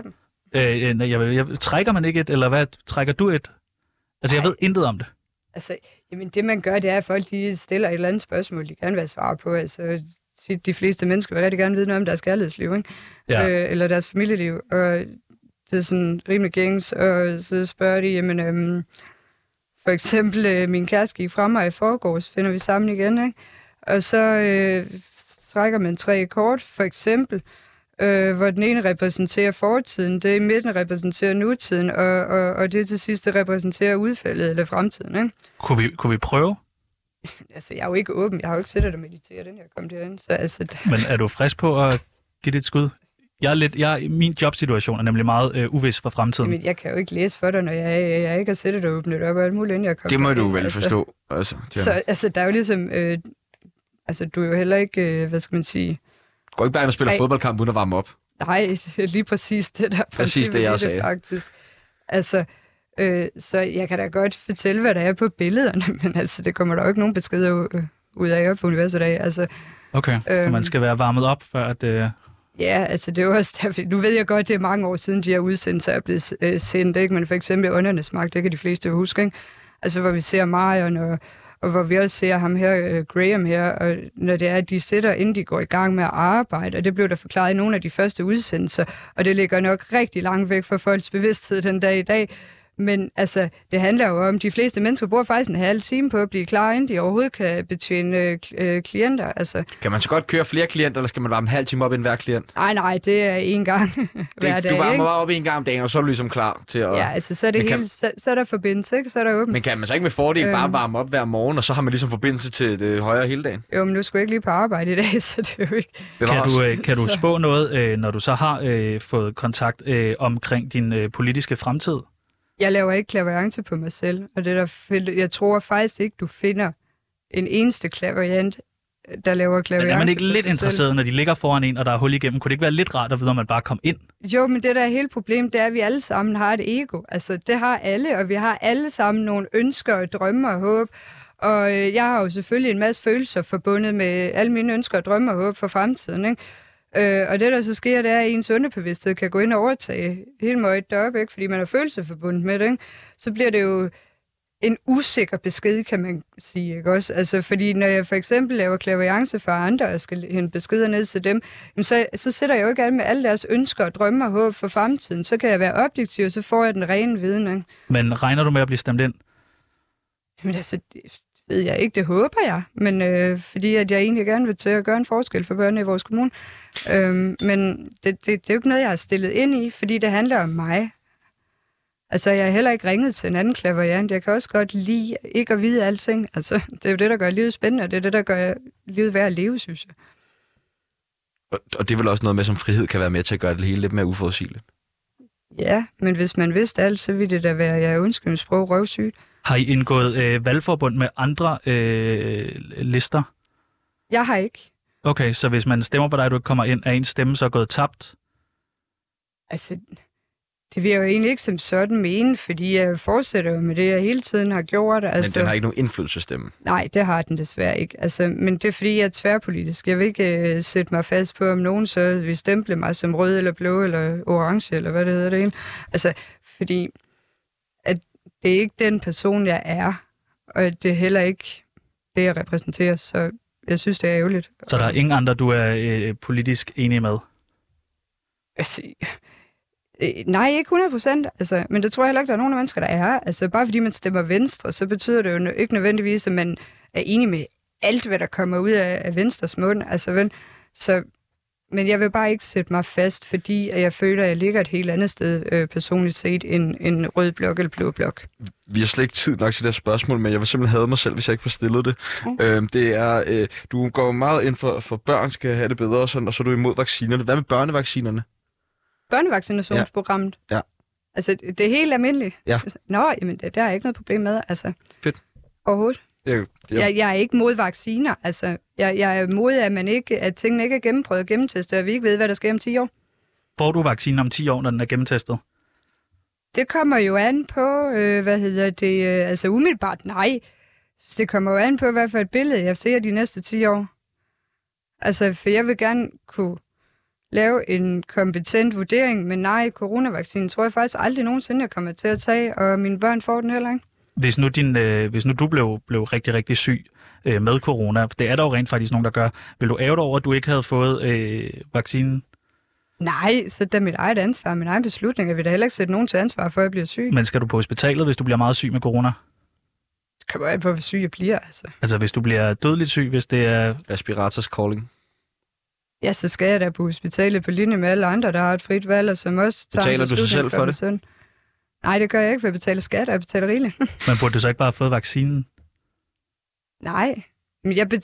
Trækker man ikke et, eller hvad? Trækker du et? Altså, jeg ved intet om det. Altså, jamen det man gør, det er, at folk de stiller et eller andet spørgsmål, de gerne vil have svar på. Altså, de fleste mennesker vil rigtig gerne vide noget om deres kærlighedsliv, ikke? Ja. Eller deres familieliv. Og det er sådan rimelig gængs, og så spørger de, jamen, for eksempel, min kæreste gik fra mig i forgårs, finder vi sammen igen, ikke? Og så trækker man 3 kort, for eksempel, hvor den ene repræsenterer fortiden, det i midten repræsenterer nutiden, og det til sidst repræsenterer udfaldet eller fremtiden, ikke? Kunne vi prøve? Altså, jeg er jo ikke åben. Jeg har jo ikke siddet og mediteret, den jeg kom derinde. Så, altså, Men er du frisk på at give det et skud? Min jobsituation er nemlig meget uvis for fremtiden. Jamen, jeg kan jo ikke læse for dig, når jeg ikke har siddet og åbnet op og alt muligt, inden jeg kom. Det må du vel forstå. Så der er jo ligesom... du er jo heller ikke, hvad skal man sige... Går ikke bare ind og spiller fodboldkamp uden at varme op? Nej, lige præcis det der. Præcis det, jeg sagde. Faktisk. Altså, så jeg kan da godt fortælle, hvad der er på billederne, men altså, det kommer der jo ikke nogen beskeder ud af på universet af. Altså, okay, så man skal være varmet op, før at... Ja, altså det er jo også derfor, nu ved jeg godt, det er mange år siden, de her udsendelser er blevet sendt, ikke? Men for eksempel Åndernes Magt, det kan de fleste jo huske, ikke? Altså, hvor vi ser Marion, og hvor vi også ser ham her, Graham her, og når det er, at de sidder, inden de går i gang med at arbejde, og det blev der forklaret i nogle af de første udsendelser, og det ligger nok rigtig langt væk fra folks bevidsthed den dag i dag, Men altså, det handler jo om, at de fleste mennesker bruger faktisk en halv time på at blive klar, inden de overhovedet kan betjene klienter. Altså, Kan man så godt køre flere klienter, eller skal man varme en halv time op i hver klient? nej, det er én gang hver dag, Du varmer ikke? bare op en gang om dagen, og så er du ligesom klar til at... Ja, altså, så er, det hele, så er der forbindelse, ikke? Så er der åbent. Men kan man så ikke med fordel bare varme op hver morgen, og så har man ligesom forbindelse til det højere hele dagen? Jo, men nu skulle jeg ikke lige på arbejde i dag, så det er jo ikke... Kan du spå noget, når du så har fået kontakt omkring din politiske fremtid? Jeg laver ikke klaverance på mig selv, og det der jeg tror faktisk ikke, du finder en eneste klaverant, der laver klaverance. Men er man ikke lidt interesseret, selv? når de ligger foran en, og der er hul igennem? Kunne det ikke være lidt rart at vide, om man bare kom ind? Jo, men det der er hele problemet, det er, at vi alle sammen har et ego. Altså, det har alle, og vi har alle sammen nogle ønsker og drømme og håb. Og jeg har jo selvfølgelig en masse følelser forbundet med alle mine ønsker og drømme og håb for fremtiden, ikke? Og det, der så sker, det er, at ens underbevidsthed kan gå ind og overtage hele møget deroppe, ikke? Fordi man har følelser forbundet med det, ikke? Så bliver det jo en usikker besked, kan man sige, ikke også? Altså, fordi når jeg for eksempel laver klaverance for andre, og skal hente beskeder ned til dem, så sætter jeg jo ikke med alle deres ønsker og drømme og håb for fremtiden. Så kan jeg være objektiv, og så får jeg den rene viden, ikke? Men regner du med at blive stemt ind? Men altså, det ved jeg ikke, det håber jeg. Men fordi at jeg egentlig gerne vil til at gøre en forskel for børnene i vores kommune. Men det er jo ikke noget, jeg har stillet ind i, fordi det handler om mig. Altså, jeg har heller ikke ringet til en anden klaverant. Jeg kan også godt lide ikke at vide alting. Altså, det er jo det, der gør livet spændende, og det er det, der gør livet værd at leve, synes jeg. Og det er vel også noget med, som frihed kan være med til at gøre det hele lidt mere uforudsigeligt. Ja, men hvis man vidste alt, så ville det da være, jeg undskyld mit sprog, røvsygt. Har I indgået valgforbund med andre lister? Jeg har ikke. Okay, så hvis man stemmer på dig, du ikke kommer ind, er ens stemme så gået tabt? Altså, det vil jeg jo egentlig ikke som sådan mene, fordi jeg fortsætter jo med det, jeg hele tiden har gjort. Altså, Men den har ikke nogen indflydelsesstemme? Nej, det har den desværre ikke. Altså, men det er fordi, jeg er tværpolitisk. Jeg vil ikke sætte mig fast på, om nogen så vil stemple mig som rød eller blå eller orange, eller hvad det hedder det ene. Altså, fordi at det er ikke den person, jeg er, og det er heller ikke det, jeg repræsenterer, så jeg synes, det er ærgerligt. Så der er ingen andre, du er politisk enig med? Altså, nej, ikke 100%. Altså, men det tror jeg heller ikke, der er nogen af mennesker, der er. Altså, bare fordi man stemmer venstre, så betyder det jo ikke nødvendigvis, at man er enig med alt, hvad der kommer ud af venstres mund. Altså, men jeg vil bare ikke sætte mig fast, fordi jeg føler, at jeg ligger et helt andet sted personligt set end rød blok eller blå blok. Vi har slet ikke tid nok til det her spørgsmål, men jeg vil simpelthen have mig selv, hvis jeg ikke får stillet det. Det er, du går meget ind for børn skal have det bedre, og så er du imod vaccinerne. Hvad med børnevaccinerne? Børnevaccinationsprogrammet? Ja. Altså, det er helt almindeligt? Ja. Nå, jamen, der er ikke noget problem med, altså. Fedt. Overhovedet. Jeg er ikke mod vacciner. Altså, jeg er mod, at tingene ikke er gennemprøvet og gennemtestet, og vi ikke ved, hvad der sker om 10 år. Får du vaccinen om 10 år, når den er gennemtestet? Det kommer jo an på, altså umiddelbart nej. Det kommer jo an på, hvad for et billede jeg ser de næste 10 år. Altså, for jeg vil gerne kunne lave en kompetent vurdering, men nej, coronavaccinen tror jeg faktisk aldrig nogensinde, jeg kommer til at tage, og mine børn får den heller ikke. Hvis nu du blev rigtig, rigtig syg med corona, det er der jo rent faktisk nogen, der gør, vil du ærge dig over, at du ikke havde fået vaccinen? Nej, så det er mit eget ansvar, min egen beslutning. Jeg vil da heller ikke sætte nogen til ansvar for, at jeg bliver syg. Men skal du på hospitalet, hvis du bliver meget syg med corona? Det kommer an på, hvor syg jeg bliver, altså. Altså hvis du bliver dødeligt syg, hvis det er... Respirators calling. Ja, så skal jeg da på hospitalet på linje med alle andre, der har et frit valg, og som også tager Betaler du sig selv for det? Søn. Nej, det gør jeg ikke, for jeg betaler skat, og jeg betaler rigeligt. Men burde du så ikke bare have fået vaccinen? Nej, men jeg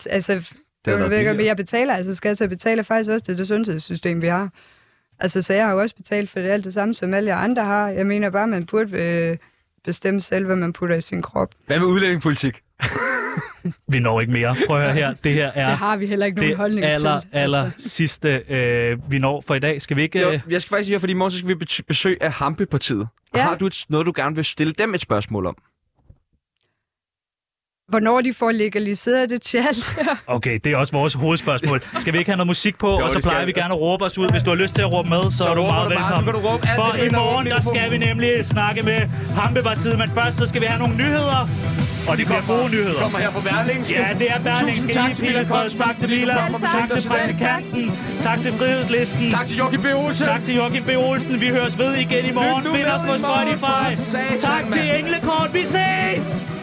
betaler altså skat, så jeg betaler faktisk også til det sundhedssystem, vi har. Altså, så jeg har jo også betalt for det alt det samme, som alle andre har. Jeg mener bare, man burde bestemme selv, hvad man putter i sin krop. Hvad med udlændingepolitik? Vi når ikke mere. Prøv at høre her. Det her er det har vi heller ikke nogen holdning til. aller sidste, vi når for i dag. Skal vi ikke... Jo, jeg skal faktisk sige, fordi i morgen skal vi besøg af Hampepartiet. Ja. Har du noget, du gerne vil stille dem et spørgsmål om? hvornår de får legaliseret det tjal. Okay, det er også vores hovedspørgsmål. Skal vi ikke have noget musik på, og så plejer vi gerne at råbe os ud. Hvis du har lyst til at råbe med, så er du meget velkommen. For i morgen, der skal vi nemlig snakke med Hampepartiet, men først så skal vi have nogle nyheder. Og det bliver gode nyheder. Kommer her på Berlingske. Ja, det er Berlingske. Tusind tak til Pilestred. Tak til Lila. Tak til Praktikanten. Tak til Frihedslisten. Tak til Joachim B. Olsen. Tak til Joachim B. Olsen. Vi høres ved igen i morgen. Find os på Spotify. Tak til Englekort. Vi ses!